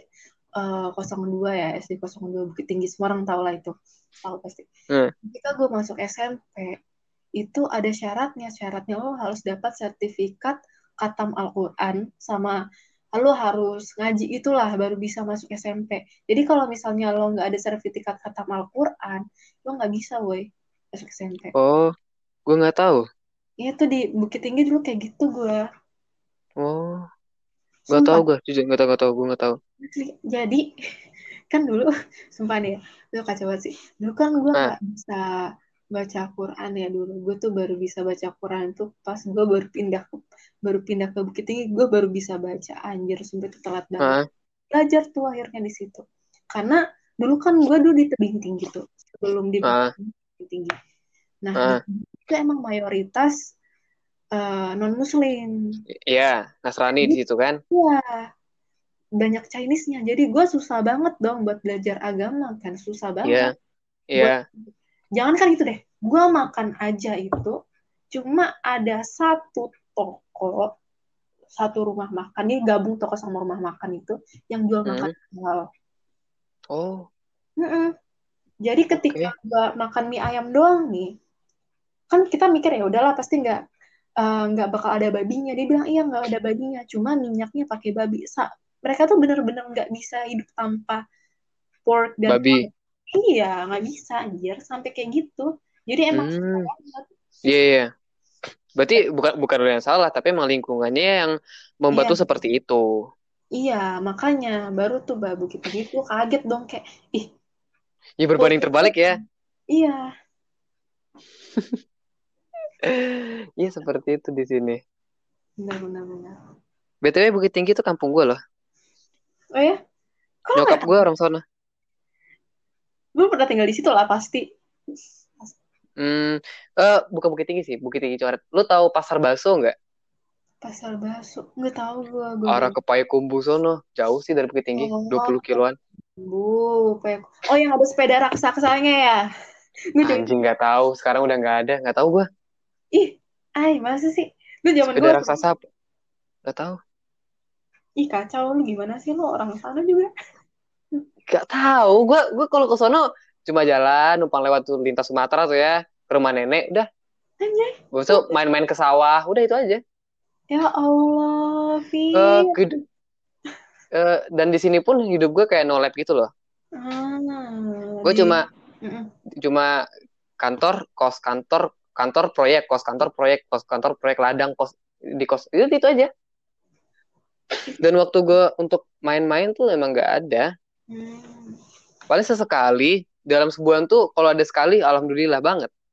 Speaker 2: 02 ya, SD 02 Bukit Tinggi Semarang, tau lah itu. Tahu pasti.
Speaker 1: Hmm.
Speaker 2: Ketika gue masuk SMP, itu ada syaratnya. Syaratnya lo harus dapat sertifikat khatam Al-Quran sama lo harus ngaji itulah baru bisa masuk SMP. Jadi kalau misalnya lo nggak ada sertifikat khatam Al-Quran, lo nggak bisa, woi, masuk SMP.
Speaker 1: Oh, gue nggak tahu.
Speaker 2: Iya tuh di Bukit Tinggi dulu kayak gitu gue.
Speaker 1: Oh, nggak tahu
Speaker 2: Sumpah.
Speaker 1: gue jujur nggak tahu gue nggak tahu.
Speaker 2: Jadi kan dulu, sumpah nih ya, itu kacau banget sih. Dulu kan gue
Speaker 1: Ah,
Speaker 2: nggak bisa baca Quran ya dulu. Gue tuh baru bisa baca Quran tuh pas gue baru pindah ke Bukit Tinggi, gue baru bisa baca. Anjir, sumpah itu telat banget.
Speaker 1: ah,
Speaker 2: Belajar tuh akhirnya di situ. Karena dulu kan gue dulu di tebing tinggi tuh, sebelum di
Speaker 1: ah,
Speaker 2: Bukit Tinggi. Nah, di
Speaker 1: ah.
Speaker 2: itu emang mayoritas non-Muslim.
Speaker 1: Iya, Nasrani di
Speaker 2: Jadi,
Speaker 1: situ kan?
Speaker 2: ya, banyak Chinese-nya. Jadi gue susah banget dong buat belajar agama kan, susah
Speaker 1: Iya,
Speaker 2: banget.
Speaker 1: iya.
Speaker 2: Buat jangan kan itu deh. Gue makan aja itu cuma ada satu toko, satu rumah makan. Ini gabung toko sama rumah makan itu yang jual makan
Speaker 1: Hmm.
Speaker 2: halal.
Speaker 1: Oh,
Speaker 2: Mm-mm. Jadi ketika
Speaker 1: oke.
Speaker 2: gue makan mie ayam doang nih, kan kita mikir ya udahlah pasti nggak bakal ada babinya. Dia bilang iya nggak ada babinya, cuma minyaknya pakai babi. Mereka tuh bener-bener nggak bisa hidup tanpa pork dan
Speaker 1: Babi.
Speaker 2: iya nggak bisa anjir sampai kayak gitu. Jadi emang susah
Speaker 1: Hmm.
Speaker 2: banget.
Speaker 1: Iya, iya. Berarti bukan bukan lo yang salah, tapi emang lingkungannya yang
Speaker 2: Iya,
Speaker 1: membantu seperti itu.
Speaker 2: iya, makanya baru tuh babu gitu-gitu kaget dong kayak, ih,
Speaker 1: Ya
Speaker 2: kok
Speaker 1: berbanding
Speaker 2: gitu?
Speaker 1: terbalik ya.
Speaker 2: Iya,
Speaker 1: Iya seperti itu di sini.
Speaker 2: benar-benar benar.
Speaker 1: BTW Bukit Tinggi itu kampung gue loh.
Speaker 2: Oh ya, kalau nggak
Speaker 1: Nyokap
Speaker 2: tahu,
Speaker 1: gue orang sana.
Speaker 2: gue pernah tinggal di situ lah pasti.
Speaker 1: Hmm, bukan Bukit Tinggi sih, Bukit Tinggi Coret. Lu tahu Pasar Baso nggak?
Speaker 2: Pasar Baso, nggak tahu gue
Speaker 1: Arah
Speaker 2: nggak.
Speaker 1: ke Payakumbu sono, jauh sih dari Bukit Tinggi,
Speaker 2: Oh,
Speaker 1: 20 kiloan.
Speaker 2: kayak, oh yang ada sepeda raksasanya ya. Gue cuma,
Speaker 1: Anjing nggak tahu, sekarang udah nggak ada, nggak tahu gue.
Speaker 2: ih, masa sih? Lu zaman
Speaker 1: Sepeda
Speaker 2: gue,
Speaker 1: raksasa apa? Nggak tahu.
Speaker 2: ih kacau lu gimana sih lu orang sana juga?
Speaker 1: Nggak tahu, gue kalau ke sono cuma jalan, numpang lewat tuh lintas Sumatera tuh ya, ke rumah nenek, udah.
Speaker 2: Anjay,
Speaker 1: Besok main-main ke sawah, udah itu aja.
Speaker 2: ya Allah,
Speaker 1: Eh,
Speaker 2: Fit.
Speaker 1: ke- dan di sini pun hidup gue kayak no lab gitu loh. Gue
Speaker 2: Di,
Speaker 1: cuma
Speaker 2: mm-mm.
Speaker 1: cuma kantor, kos kantor, kantor proyek, kos kantor proyek, kos kantor proyek ladang, kos di kos itu aja. Dan waktu gue untuk main-main tuh emang nggak ada.
Speaker 2: Hmm.
Speaker 1: Paling sesekali dalam sebulan tuh kalau ada sekali, alhamdulillah banget.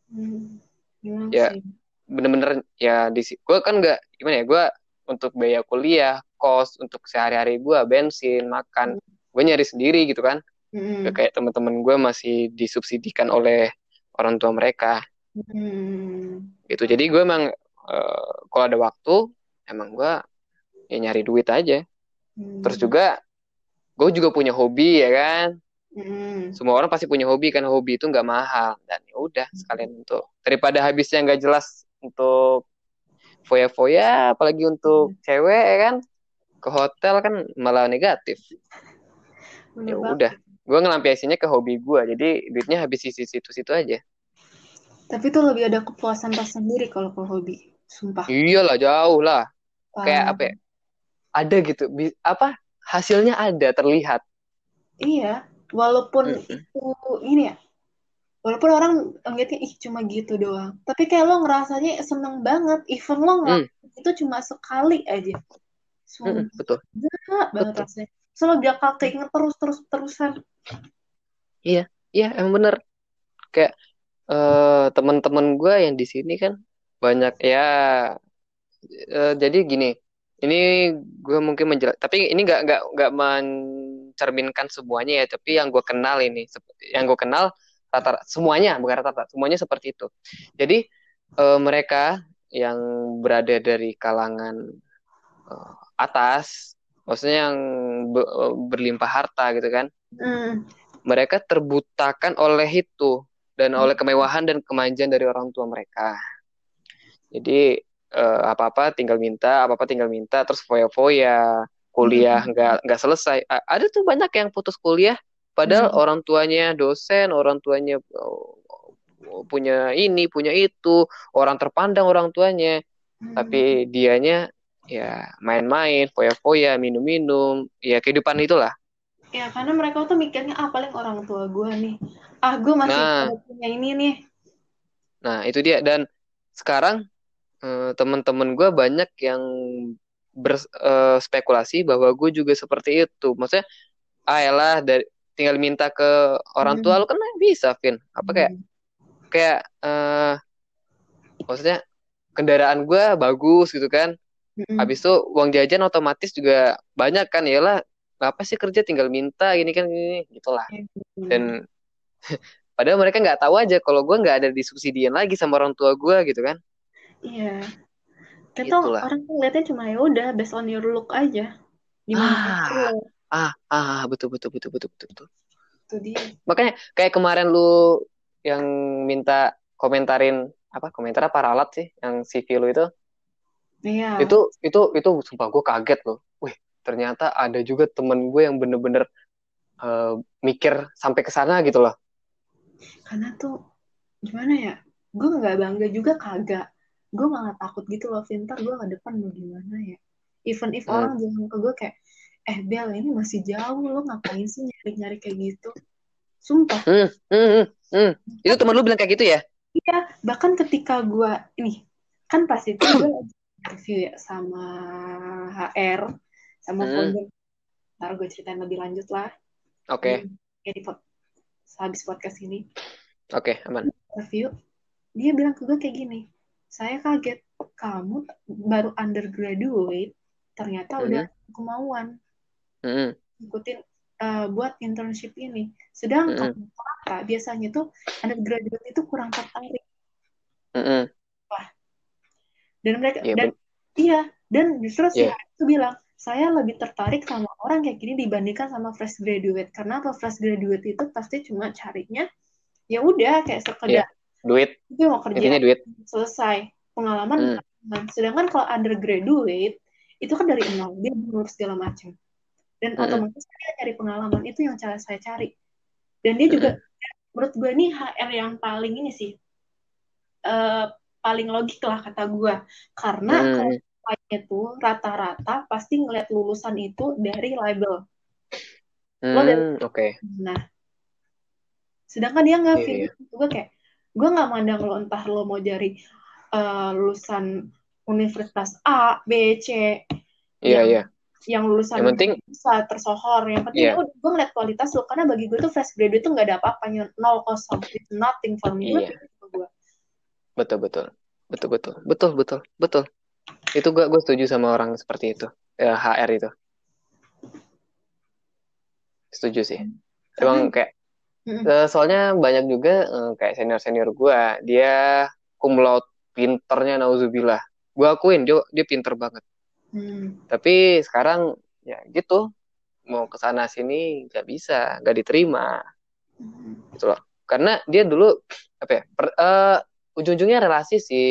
Speaker 2: Gimana
Speaker 1: Ya
Speaker 2: sih?
Speaker 1: bener-bener ya gue kan nggak gimana ya, gue untuk biaya kuliah, kos untuk sehari-hari gue, bensin, makan, gue nyari sendiri gitu kan. Gak
Speaker 2: Hmm.
Speaker 1: kayak teman-teman gue masih disubsidikan oleh orang tua mereka
Speaker 2: Hmm.
Speaker 1: gitu. Jadi gue emang kalau ada waktu emang gue ya nyari duit aja. Terus
Speaker 2: Hmm.
Speaker 1: juga gue juga punya hobi ya kan.
Speaker 2: Hmm.
Speaker 1: Semua orang pasti punya hobi kan, hobi itu nggak mahal dan ya udah sekalian untuk daripada habisnya nggak jelas untuk foya-foya, apalagi untuk cewek ya kan, ke hotel kan malah negatif. Ya
Speaker 2: Bener
Speaker 1: udah,
Speaker 2: banget.
Speaker 1: gue ngelampiasinnya ke hobi gue, jadi duitnya habis di situ-situ aja.
Speaker 2: Tapi tuh lebih ada kepuasan tersendiri kalau ke hobi. Sumpah.
Speaker 1: Iyalah jauh lah, kayak
Speaker 2: Parah.
Speaker 1: apa ya, ada gitu, apa hasilnya ada terlihat.
Speaker 2: Iya. Walaupun
Speaker 1: Mm-mm.
Speaker 2: itu ini ya. Walaupun orang ngeliatnya ih cuma gitu doang. Tapi kayak lo ngerasanya seneng banget. Even lo
Speaker 1: Mm,
Speaker 2: ngelakuin itu cuma sekali aja.
Speaker 1: mm-mm,
Speaker 2: Sumpah.
Speaker 1: betul,
Speaker 2: Gak banget
Speaker 1: betul.
Speaker 2: rasanya. So lo bakal keinget terus-terusan.
Speaker 1: Iya, iya emang bener. Kayak teman-teman gue yang di sini kan banyak ya. Jadi gini, ini gue mungkin tapi ini nggak mencerminkan semuanya ya, tapi yang gue kenal ini, yang gue kenal rata semuanya bukan rata-rata, semuanya seperti itu. Jadi mereka yang berada dari kalangan eh, atas, maksudnya yang berlimpah harta gitu kan,
Speaker 2: Hmm.
Speaker 1: mereka terbutakan oleh itu dan oleh kemewahan dan kemanjaan dari orang tua mereka. Jadi apa-apa tinggal minta, apa-apa tinggal minta, terus foya-foya, kuliah
Speaker 2: Hmm.
Speaker 1: nggak selesai. Ada tuh banyak yang putus kuliah, padahal
Speaker 2: Hmm.
Speaker 1: orang tuanya dosen, orang tuanya punya ini, punya itu, orang terpandang orang tuanya,
Speaker 2: Hmm.
Speaker 1: tapi dianya ya main-main, foya-foya, minum-minum, ya kehidupan itulah.
Speaker 2: Ya karena mereka tuh mikirnya ah paling orang tua gue nih. Ah gue masih
Speaker 1: Nah,
Speaker 2: ada punya ini nih.
Speaker 1: nah itu dia. Dan sekarang teman-teman gue banyak yang berspekulasi bahwa gue juga seperti itu. Maksudnya, ayolah dari tinggal minta ke orang tua
Speaker 2: Hmm.
Speaker 1: lu kan bisa, Vin. Apa kayak
Speaker 2: Hmm.
Speaker 1: kayak maksudnya kendaraan gue bagus gitu kan.
Speaker 2: Hmm.
Speaker 1: Habis itu uang jajan otomatis juga banyak kan. Yalah, ngapa sih kerja tinggal minta gini kan gini gitulah.
Speaker 2: Ya, benar.
Speaker 1: Dan padahal mereka nggak tahu aja kalau gue nggak ada disubsidian lagi sama orang tua gue gitu kan.
Speaker 2: Iya. Kan tuh
Speaker 1: Itulah.
Speaker 2: orang tuh ngeliatnya cuma ya udah based on your look aja. Gimana karakter
Speaker 1: Ah,
Speaker 2: lo.
Speaker 1: betul betul betul betul betul betul.
Speaker 2: Itu dia.
Speaker 1: Makanya kayak kemarin lu yang minta komentarin apa komentar apa ralat sih yang CV lu
Speaker 2: Iya.
Speaker 1: itu sumpah gue kaget loh. Wih, ternyata ada juga temen gue yang bener-bener eh, mikir sampai ke sana gitu loh.
Speaker 2: Karena tuh gimana ya? Gue nggak bangga juga kagak. Gue malah takut gitu loh, Vintar gue ke depan mau gimana ya. Even if
Speaker 1: Hmm.
Speaker 2: orang bilang ke gue kayak, Bel ini masih jauh, lo ngapain sih nyari-nyari kayak gitu? Sumpah.
Speaker 1: Hmm. Hmm. Hmm. Hmm. Itu temen lu bilang kayak gitu ya?
Speaker 2: Iya, bahkan ketika gue, ini, kan pas itu gue lagi interview ya sama HR, sama
Speaker 1: Hmm.
Speaker 2: founder. Ntar gue ceritain lebih lanjut lah. Di,
Speaker 1: Oke.
Speaker 2: ya, di habis podcast ini.
Speaker 1: Oke, aman.
Speaker 2: Interview, dia bilang ke gue kayak gini, saya kaget, kamu baru undergraduate, ternyata udah
Speaker 1: Hmm.
Speaker 2: kemauan
Speaker 1: Hmm.
Speaker 2: ikutin buat internship ini. Sedangkan
Speaker 1: Hmm.
Speaker 2: apa biasanya tuh undergraduate itu kurang tertarik.
Speaker 1: Hmm.
Speaker 2: Wah, dan mereka
Speaker 1: Iya
Speaker 2: dan
Speaker 1: ben.
Speaker 2: iya dan justru si
Speaker 1: Iya.
Speaker 2: HR itu bilang saya lebih tertarik sama orang kayak gini dibandingkan sama fresh graduate. Karena apa fresh graduate itu pasti cuma carinya ya udah kayak
Speaker 1: Iya.
Speaker 2: sekedar
Speaker 1: Duit.
Speaker 2: gue mau kerja
Speaker 1: Intinya duit.
Speaker 2: selesai pengalaman
Speaker 1: Hmm.
Speaker 2: pengalaman. Sedangkan kalau undergraduate itu kan dari nol dia ngurus segala macam dan
Speaker 1: Hmm.
Speaker 2: otomatis dia cari pengalaman itu yang cara saya cari dan dia juga
Speaker 1: Hmm.
Speaker 2: menurut gue nih HR yang paling ini sih uh, paling logik lah kata gue karena kalau
Speaker 1: Hmm.
Speaker 2: itu rata-rata pasti ngeliat lulusan itu dari label lo dari
Speaker 1: Hmm. Oke.
Speaker 2: nah sedangkan dia nggak
Speaker 1: Iya,
Speaker 2: feel
Speaker 1: iya.
Speaker 2: gue kayak gue nggak mandang lo entah lo mau dari lulusan universitas A, B, C
Speaker 1: Iya,
Speaker 2: yang
Speaker 1: iya. Yang
Speaker 2: lulusan
Speaker 1: penting
Speaker 2: bisa tersohor. Yang penting ya
Speaker 1: iya,
Speaker 2: udah gue ngeliat kualitas lo karena bagi gue tuh fresh graduate tuh nggak ada apa-apanya nol kosong. It's nothing for me. Gue
Speaker 1: iya.
Speaker 2: kayak gitu gue.
Speaker 1: betul betul betul betul betul betul betul. Itu gue setuju sama orang seperti itu. HR itu setuju sih.
Speaker 2: Karena
Speaker 1: Emang kayak
Speaker 2: mm,
Speaker 1: soalnya banyak juga kayak senior senior gue, dia cum laude pinternya nauzubillah. Gue akuin dia pinter banget.
Speaker 2: mm,
Speaker 1: Tapi sekarang ya gitu, mau ke sana sini nggak bisa, nggak diterima
Speaker 2: mm,
Speaker 1: gitu loh. Karena dia dulu apa ya? Ujung-ujungnya relasi sih.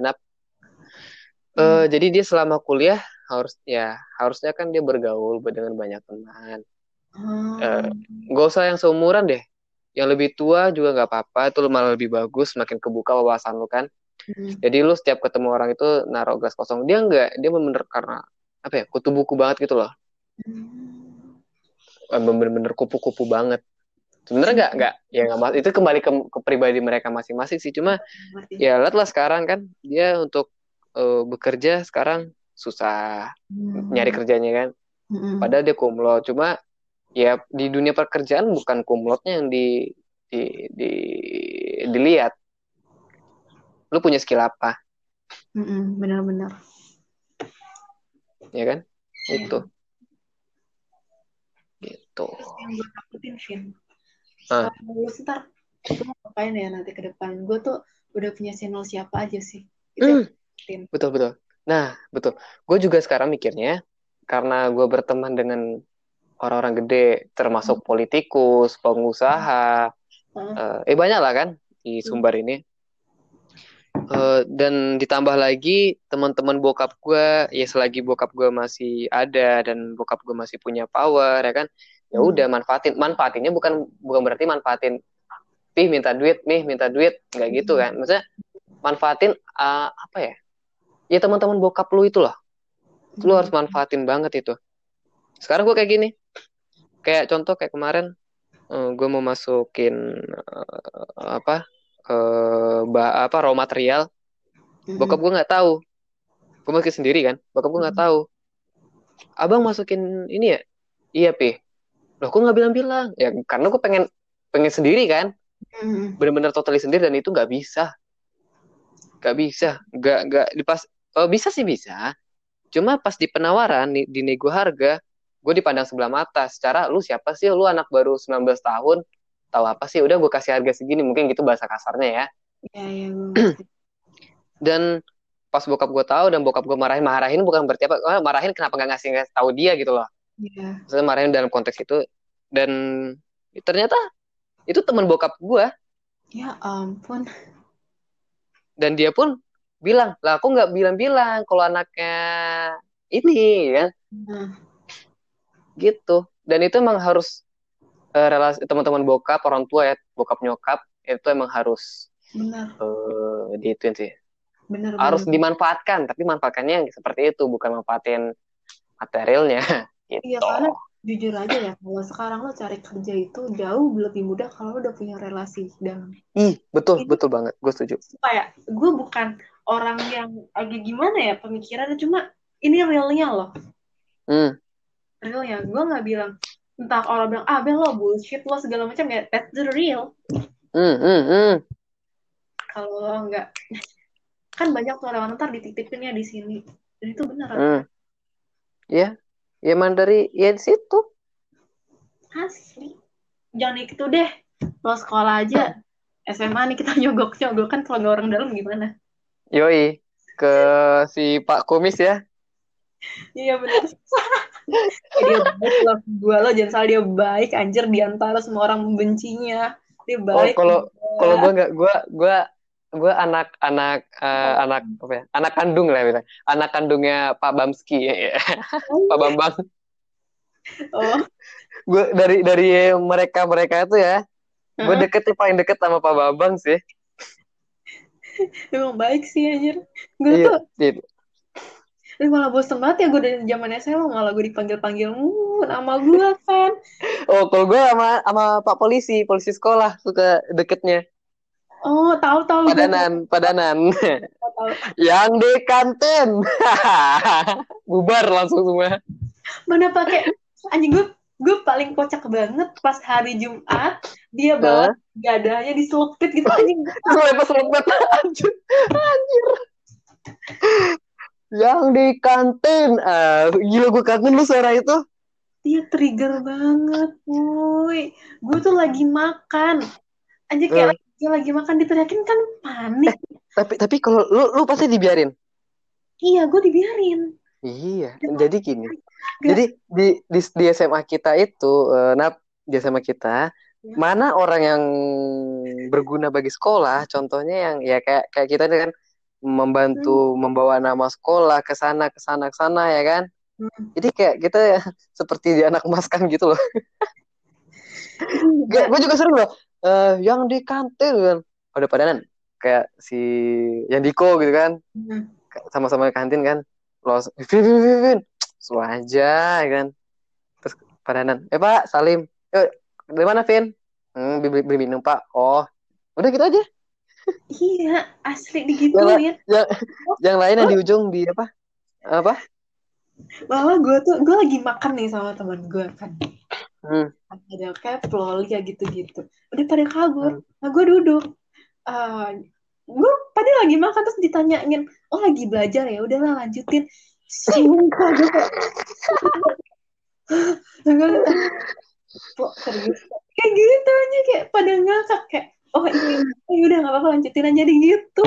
Speaker 2: mm,
Speaker 1: Jadi dia selama kuliah harusnya kan dia bergaul dengan banyak teman. Eh,
Speaker 2: oh,
Speaker 1: Gak usah yang seumuran deh. Yang lebih tua juga nggak apa-apa. Itu malah lebih bagus, makin kebuka wawasan lu kan.
Speaker 2: mm,
Speaker 1: Jadi lu setiap ketemu orang itu naruh gelas kosong. Dia enggak, dia bener-bener karena apa ya? Kutu buku banget gitu loh.
Speaker 2: mm.
Speaker 1: Bener-bener kupu-kupu banget. Sebenarnya nggak ya nggak itu kembali ke pribadi mereka masing-masing sih. Cuma
Speaker 2: Ngerti.
Speaker 1: ya lihatlah sekarang kan dia untuk bekerja sekarang susah nyari
Speaker 2: Hmm,
Speaker 1: kerjanya kan.
Speaker 2: mm,
Speaker 1: Padahal dia cum laude. Cuma ya di dunia pekerjaan bukan cum laude-nya yang di, di dilihat. Lu punya skill apa,
Speaker 2: benar-benar.
Speaker 1: ya kan?
Speaker 2: Iya.
Speaker 1: Itu gitu.
Speaker 2: Terus yang gue takutin, Vin,
Speaker 1: Ah,
Speaker 2: setelah lulus ntar gue mau ngapain ya nanti ke depan? Gue tuh udah punya channel siapa aja sih? Itu yang
Speaker 1: hmm,
Speaker 2: gue takutin.
Speaker 1: betul betul. Nah, betul. Gue juga sekarang mikirnya karena gue berteman dengan orang-orang gede, termasuk politikus, pengusaha,
Speaker 2: Heeh.
Speaker 1: banyak lah kan di Sumbar ini. Dan ditambah lagi teman-teman bokap gue, ya selagi bokap gue masih ada dan bokap gue masih punya power, ya kan, ya
Speaker 2: Hmm.
Speaker 1: udah manfaatinnya bukan bukan berarti manfaatin minta duit nggak gitu kan, maksudnya manfaatin apa ya, ya teman-teman bokap lu itu loh, lu harus
Speaker 2: Hmm.
Speaker 1: manfaatin banget itu. Sekarang gue kayak gini, kayak contoh kayak kemarin gue mau masukin apa apa raw material, bokap
Speaker 2: Hmm.
Speaker 1: gue nggak tahu, gue masukin sendiri kan, bokap gue nggak tahu, abang masukin ini ya, iya pi, loh kok nggak bilang-bilang ya, karena gue pengen pengen sendiri kan,
Speaker 2: Hmm.
Speaker 1: bener-bener totally sendiri, dan itu nggak dipas. Oh, bisa sih bisa, cuma pas di penawaran di nego harga, gue dipandang sebelah mata secara, lu siapa sih, lu anak baru 19 tahun tahu apa sih, udah gue kasih harga segini, mungkin gitu bahasa kasarnya ya.
Speaker 2: Ya, ya, gue ngerti.
Speaker 1: Dan pas bokap gue tahu, dan bokap gue marahin bukan berarti apa, marahin kenapa nggak ngasih tahu dia gitu loh,
Speaker 2: Ya,
Speaker 1: maksudnya marahin dalam konteks itu. Dan ternyata itu teman bokap gue,
Speaker 2: ya ampun.
Speaker 1: dan dia pun bilang, lah aku nggak bilang-bilang kalau anaknya ini kan,
Speaker 2: Nah,
Speaker 1: gitu. Dan itu emang harus relasi teman-teman bokap, orang tua ya, bokap nyokap itu emang harus
Speaker 2: benar,
Speaker 1: diituin sih,
Speaker 2: benar,
Speaker 1: harus
Speaker 2: benar.
Speaker 1: dimanfaatkan, tapi manfaatkannya yang seperti itu, bukan manfaatin materialnya
Speaker 2: Iya,
Speaker 1: gitu.
Speaker 2: karena jujur aja ya, kalau sekarang lo cari kerja itu jauh lebih mudah kalau lo udah punya relasi dalam.
Speaker 1: Ih, betul
Speaker 2: Ini
Speaker 1: betul banget, gue setuju.
Speaker 2: kayak gue bukan orang yang agak gimana ya pemikirannya, cuma ini realnya loh,
Speaker 1: Hmm,
Speaker 2: realnya. Gue nggak bilang entah orang bilang ah Bel lo bullshit lo segala macam ya, that's the real.
Speaker 1: hmm, hmm, hmm,
Speaker 2: Kalau lo nggak, kan banyak tuh orang ntar dititipinnya di sini, dan itu benar
Speaker 1: hmm. Ya, ya emang dari ya di situ.
Speaker 2: asli. Jangan itu deh, lo sekolah aja SMA nih kita nyogok-nyogok kan, kalau nggak orang dalam gimana.
Speaker 1: Yoi, ke si Pak Kumis ya.
Speaker 2: Iya bener. Ya, dia baik loh, gue lo jangan salah, dia baik anjir, di antara semua orang membencinya dia
Speaker 1: Oh,
Speaker 2: baik.
Speaker 1: kalau gue nggak, gue anak apa ya? Anak kandung lah bilang. Anak kandungnya Pak Bamski ya. Pak Bambang.
Speaker 2: Oh,
Speaker 1: Gue dari mereka itu ya, gue
Speaker 2: heeh.
Speaker 1: deket paling deket sama Pak Bambang sih.
Speaker 2: Emang baik sih anjir. Gue
Speaker 1: Iya,
Speaker 2: tuh
Speaker 1: gitu.
Speaker 2: malah bosen banget ya, gue dari zaman SMA malah gue dipanggil-panggil nama gue kan.
Speaker 1: Oh, kalau gue sama Pak polisi, polisi sekolah suka deketnya.
Speaker 2: Oh, tahu tahu gue tahu,
Speaker 1: Padanan.
Speaker 2: tahu.
Speaker 1: Yang di kantin. Bubar langsung semua.
Speaker 2: Mana pakai anjing, gue paling kocak banget pas hari Jumat Dia bawa
Speaker 1: Hah?
Speaker 2: dadanya diselupit gitu anjing.
Speaker 1: Selepet-selepet anjir. Yang di kantin. Gila gue kangen lu suara itu.
Speaker 2: Dia trigger banget, woi. Gue tuh lagi makan. Anjir kayak
Speaker 1: Eh,
Speaker 2: dia lagi makan diteriakin kan panik.
Speaker 1: tapi kalau lu pasti dibiarin.
Speaker 2: Iya, gue dibiarin.
Speaker 1: Iya,
Speaker 2: Dia
Speaker 1: jadi gini.
Speaker 2: gak.
Speaker 1: Jadi di SMA kita itu, di SMA kita, mana orang yang berguna bagi sekolah, contohnya yang ya kayak kayak kita ini kan membantu
Speaker 2: Hmm.
Speaker 1: membawa nama sekolah ke sana ya kan.
Speaker 2: Hmm.
Speaker 1: Jadi kayak kita seperti di anak emaskan gitu loh.
Speaker 2: Iya.
Speaker 1: Gue juga sering loh, yang di kantin kan, ada padanan kayak si Yandiko gitu kan,
Speaker 2: Hmm.
Speaker 1: sama-sama di kantin kan, los Vin Vin Vin Vin, Slow aja ya kan, terus padanan, Pak Salim, yuk dari mana Vin? Beli minum Pak. Oh, udah gitu aja.
Speaker 2: Iya, asli
Speaker 1: Yang la-
Speaker 2: digituin.
Speaker 1: yang yang lain yang
Speaker 2: Oh,
Speaker 1: di ujung di apa apa?
Speaker 2: malah gue lagi makan nih sama teman gue kan.
Speaker 1: Hmm,
Speaker 2: Ada kayak loli kayak gitu-gitu. Udah pada kabur.
Speaker 1: hmm.
Speaker 2: Nah, gue duduk. Eh, gue pada lagi makan terus ditanyain, oh lagi belajar ya? Udahlah lanjutin. Sumpah gue kayak, gue kok serius kayak gitu aja kayak pada ngakak kayak oh iya oh, udah nggak apa-apa lanjutin aja deh gitu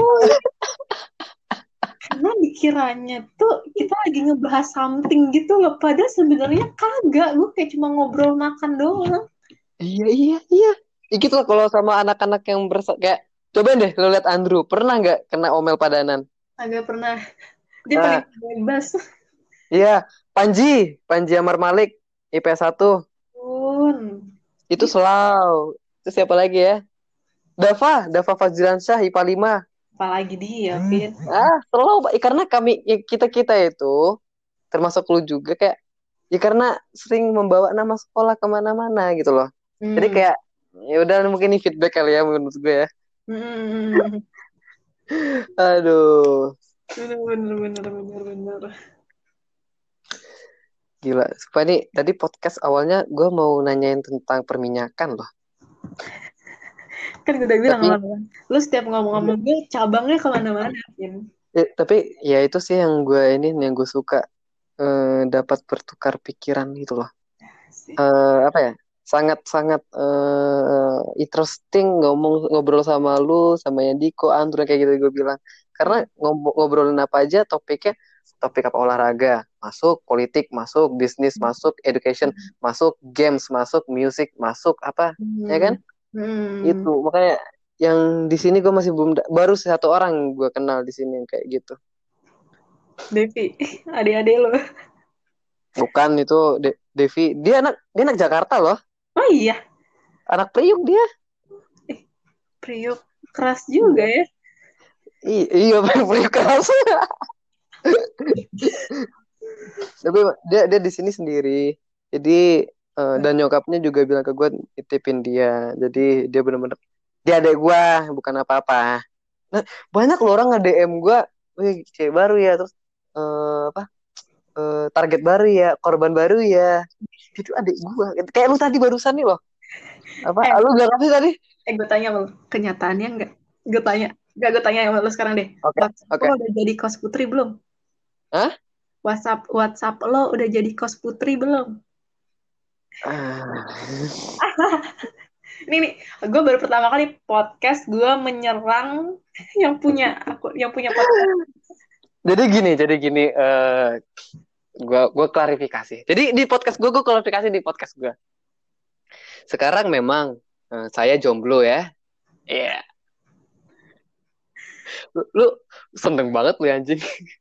Speaker 2: karena dikiranya tuh kita lagi ngebahas something gitu loh padahal sebenarnya kagak gue kayak cuma ngobrol makan doang.
Speaker 1: Iya iya iya. Gitu lah kalau sama anak-anak yang kayak coba deh lo lihat Andrew pernah nggak kena omel padanan?
Speaker 2: Agak pernah dia paling
Speaker 1: Nah,
Speaker 2: bebas
Speaker 1: iya, Panji, Panji Amar Malik, IP 1,
Speaker 2: pun
Speaker 1: itu selalu. Terus siapa lagi ya? Dava Fazriansyah, IPA 5.
Speaker 2: apalagi dia Vin.
Speaker 1: Selalu, Pak. Karena kita itu, termasuk lu juga kayak, ya karena sering membawa nama sekolah kemana-mana gitu loh. Jadi
Speaker 2: Hmm.
Speaker 1: kayak, ya udah mungkin ini feedback kali ya menurut gue ya.
Speaker 2: Hmm.
Speaker 1: Aduh,
Speaker 2: Bener bener bener bener bener.
Speaker 1: gila. Supaya nih, tadi podcast awalnya gue mau nanyain tentang perminyakan loh.
Speaker 2: Kan gue udah bilang
Speaker 1: Tapi
Speaker 2: sama lu setiap ngomong-ngomong gue cabangnya kemana-mana Vin.
Speaker 1: Tapi ya itu sih yang gue yang gue suka, dapat bertukar pikiran gitu loh. Apa ya? Sangat-sangat interesting ngobrol sama lu, sama Yandiko, Andrew kayak gitu gue bilang. Karena ngobrolin apa aja topiknya, topik apa olahraga masuk, politik masuk, bisnis masuk, education masuk, games masuk, music masuk, apa ya kan?
Speaker 2: Hmm. Hmm.
Speaker 1: Itu makanya yang di sini gue masih belum baru satu orang gue kenal di sini yang kayak gitu.
Speaker 2: Devi, adik-adik lo.
Speaker 1: Bukan itu Devi. Dia anak Jakarta loh.
Speaker 2: Oh iya,
Speaker 1: Anak Priuk dia.
Speaker 2: eh, Priok keras juga
Speaker 1: Iya.
Speaker 2: ya.
Speaker 1: Iya Priuk keras. Tapi dia di sini sendiri. Jadi dan nyokapnya juga bilang ke gue nitipin dia. Jadi dia bener-bener dia adek gue bukan apa-apa. Nah, banyak loh orang nge-DM gue, wih cewek baru ya terus apa target baru ya, korban baru ya. Itu adik gue. Kayak lu tadi barusan nih loh. Apa
Speaker 2: Eh,
Speaker 1: lu bilang apa sih tadi?
Speaker 2: gue tanya sama lu, kenyataannya enggak? Gue tanya sama lu sekarang deh.
Speaker 1: Oke,
Speaker 2: WhatsApp
Speaker 1: oke.
Speaker 2: lo udah jadi kos putri belum?
Speaker 1: Hah?
Speaker 2: WhatsApp lo udah jadi kos putri belum?
Speaker 1: Ah.
Speaker 2: Ini nih, gue baru pertama kali podcast gue menyerang yang punya podcast.
Speaker 1: Jadi gini, gue klarifikasi. Jadi di podcast gue klarifikasi di podcast gue. Sekarang memang saya jomblo ya. Iya. Yeah. Lu seneng banget lu anjing.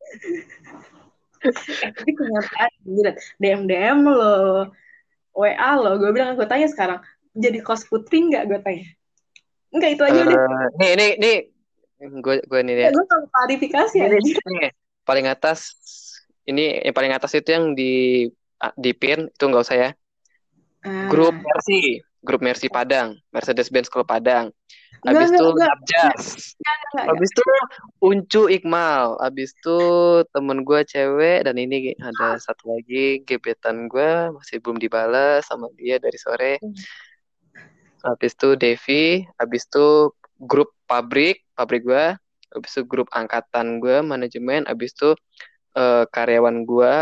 Speaker 2: Tapi kenyataan, DM lo, WA lo, gue bilang gue tanya sekarang, jadi kos putri nggak gue tanya? Enggak itu aja udah.
Speaker 1: Nih, gue nih
Speaker 2: Ya,
Speaker 1: ya.
Speaker 2: gue mau klarifikasi
Speaker 1: Ini
Speaker 2: aja.
Speaker 1: nih, paling atas. Ini yang paling atas itu yang di pin itu nggak usah ya. Grup
Speaker 2: Ah,
Speaker 1: Mercy Padang, Mercedes-Benz Club Padang.
Speaker 2: enggak,
Speaker 1: Habis
Speaker 2: enggak,
Speaker 1: itu
Speaker 2: enggak,
Speaker 1: Nabjas.
Speaker 2: enggak.
Speaker 1: Habis itu Uncu Iqmal. Habis itu temen gue cewek dan ini ada satu lagi gebetan gue masih belum dibalas sama dia dari sore. habis itu Devi, habis itu grup pabrik gue, habis itu grup angkatan gue, manajemen, habis itu karyawan gue,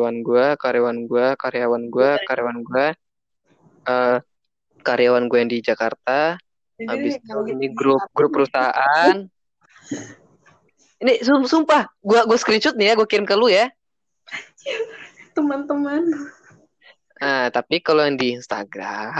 Speaker 1: eh, karyawan gue yang di Jakarta, habis
Speaker 2: Jadi
Speaker 1: itu
Speaker 2: kalau
Speaker 1: ini
Speaker 2: gitu
Speaker 1: grup perusahaan. Ini sumpah, gue screenshot nih ya, gue kirim ke lu ya.
Speaker 2: teman-teman.
Speaker 1: Nah, tapi kalau yang di Instagram,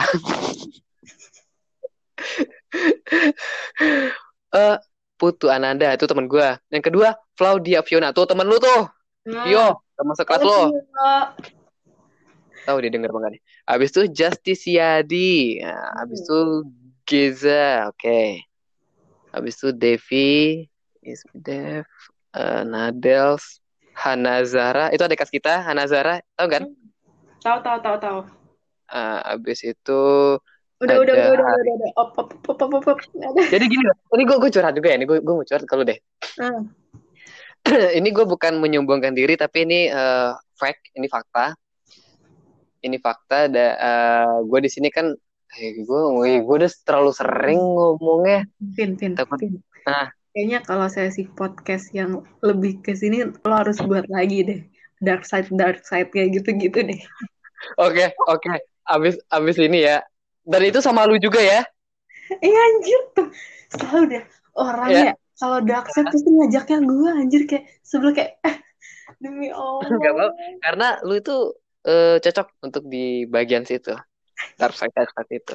Speaker 1: eh Putu Ananda itu teman gue. Yang kedua, Claudia Fiona tuh temen lu tuh.
Speaker 2: Nah,
Speaker 1: Yo, teman sekelas
Speaker 2: makasih
Speaker 1: lo.
Speaker 2: ya.
Speaker 1: Tahu dia denger banget nih. Habis itu Justiciadi. Nah, habis itu Geza, oke. Habis itu Devi, Dev, Nadels, Hanazara. Itu adik kelas kita, Hanazara. Tahu kan?
Speaker 2: Tahu.
Speaker 1: Habis itu
Speaker 2: Udah,
Speaker 1: ada Hari.
Speaker 2: udah. Op. Ada.
Speaker 1: Jadi gini loh, ini gue curhat juga ya, ini gue mau curhat kalau deh.
Speaker 2: Nah,
Speaker 1: Ini gue bukan menyombongkan diri, tapi ini fact, ini fakta. Ini fakta. Gue di sini kan, gue udah terlalu sering ngomongnya. Takut.
Speaker 2: Vin.
Speaker 1: Nah,
Speaker 2: Kayaknya kalau sesi podcast yang lebih ke sini lo harus buat lagi deh. Dark side kayak gitu-gitu deh.
Speaker 1: oke. Abis ini ya. Dan itu sama lu juga ya.
Speaker 2: Iya anjir tuh. Selalu deh
Speaker 1: Ya,
Speaker 2: orangnya kalau dark side pasti ngajaknya gue anjir kayak sebelum kayak demi
Speaker 1: nggak
Speaker 2: Allah.
Speaker 1: apa. Karena lu itu cocok untuk di bagian situ. Dark side itu.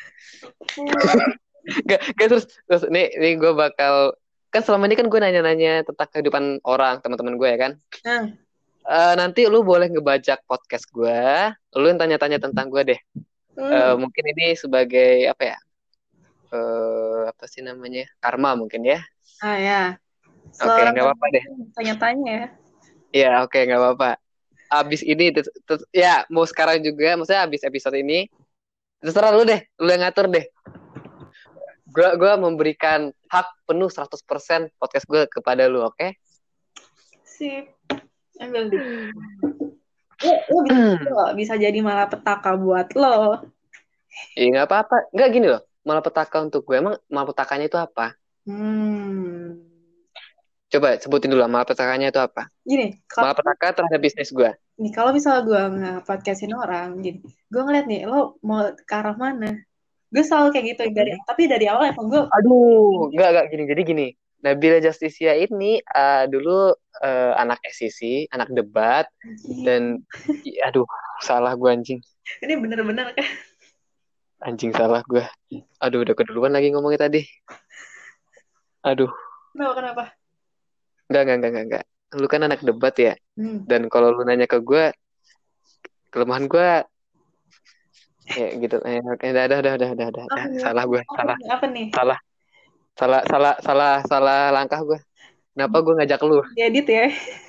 Speaker 1: Gak terus nih gue bakal kan selama ini kan gue nanya-nanya tentang kehidupan orang teman-teman gue ya kan.
Speaker 2: Nah,
Speaker 1: Nanti lu boleh ngebajak podcast gue, lu yang tanya-tanya tentang gue deh. Mungkin ini sebagai apa ya? Apa sih namanya? Karma mungkin ya.
Speaker 2: ya.
Speaker 1: Oke,
Speaker 2: Seorang
Speaker 1: nggak apa-apa deh.
Speaker 2: tanya-tanya ya.
Speaker 1: Ya, oke, nggak apa-apa. Abis ini, ya mau sekarang juga, maksudnya abis episode ini, terserah lu deh, lu yang ngatur deh. Gue memberikan hak penuh 100% podcast gue kepada lu, oke?
Speaker 2: Sip. Ambil deh. Lo bisa jadi malapetaka buat lo.
Speaker 1: Iya nggak apa-apa. Nggak gini loh. Malapetaka untuk gue. Emang malapetakanya itu apa?
Speaker 2: Hmm.
Speaker 1: Coba sebutin dulu lah, malapetakanya itu apa?
Speaker 2: Gini, kalau
Speaker 1: Malapetaka terhadap bisnis gue.
Speaker 2: nih kalau misalnya gue nge-podcastin orang, gini, gue ngeliat nih, lo mau ke arah mana? Gue selalu kayak gitu tapi dari awal emang gue
Speaker 1: Aduh, nggak gini. Jadi gini. Nabila Justisia ini dulu anak SCC, anak debat, dan aduh, salah gue anjing.
Speaker 2: ini bener-bener kan.
Speaker 1: Anjing salah gue. Aduh, udah keduluan lagi ngomongnya tadi. Aduh,
Speaker 2: Kenapa?
Speaker 1: enggak. Lu kan anak debat ya.
Speaker 2: Hmm.
Speaker 1: Dan kalau lu nanya ke gue, kelemahan gue ya gitu. Udah.
Speaker 2: Apa nih?
Speaker 1: Salah gue,
Speaker 2: Apa nih?
Speaker 1: salah, salah langkah gue. Kenapa gue ngajak lu?
Speaker 2: Diedit ya.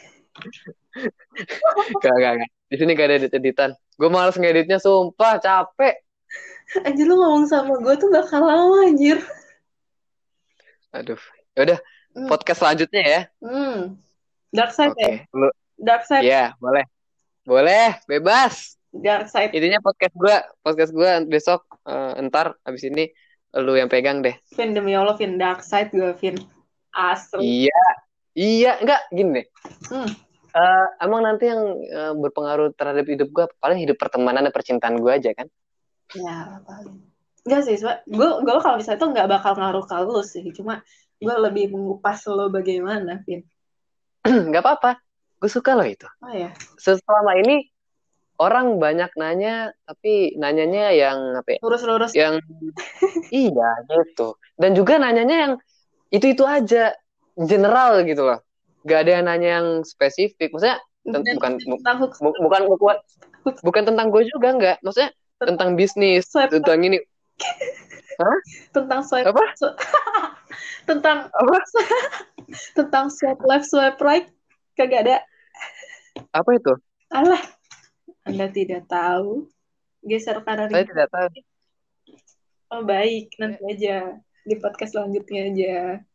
Speaker 1: Gak. Di sini gak ada edit-editan. Gue males ngeditnya, sumpah capek.
Speaker 2: Anjir lu ngomong sama gue tuh bakal lama anjir.
Speaker 1: Aduh, ya udah.
Speaker 2: Hmm.
Speaker 1: Podcast selanjutnya ya.
Speaker 2: Dark side ya.
Speaker 1: Oke, lu
Speaker 2: Dark side.
Speaker 1: ya boleh, bebas.
Speaker 2: Dark side.
Speaker 1: Intinya podcast gue besok, ntar abis ini lu yang pegang deh.
Speaker 2: Vin demi Allah Vin dark side gue Vin. Asli.
Speaker 1: Iya, enggak gini deh.
Speaker 2: Hmm.
Speaker 1: Emang nanti yang berpengaruh terhadap hidup gue paling hidup pertemanan dan percintaan gue aja kan?
Speaker 2: Ya paling. Enggak sih, gue kalau misalnya itu nggak bakal ngaruh ke lu sih. Cuma gue lebih mengupas lo bagaimana, Vin.
Speaker 1: Nggak apa-apa, gue suka loh itu.
Speaker 2: Oh ya.
Speaker 1: Selama ini orang banyak nanya, tapi nanyanya yang apa ya?
Speaker 2: Lurus-lurus.
Speaker 1: Yang iya gitu. Dan juga nanyanya yang itu aja, general gitu loh. Gak ada yang nanya yang spesifik. Maksudnya bukan tentang gue juga nggak. Maksudnya tentang bisnis,
Speaker 2: swipe
Speaker 1: tentang ini. Hah?
Speaker 2: tentang swipe
Speaker 1: Apa?
Speaker 2: tentang
Speaker 1: Apa?
Speaker 2: tentang swipe left swipe right kagak ada.
Speaker 1: Apa itu?
Speaker 2: Alah, Anda tidak tahu. Geser kanan.
Speaker 1: Saya tidak tahu.
Speaker 2: Oh baik, nanti aja di podcast selanjutnya aja.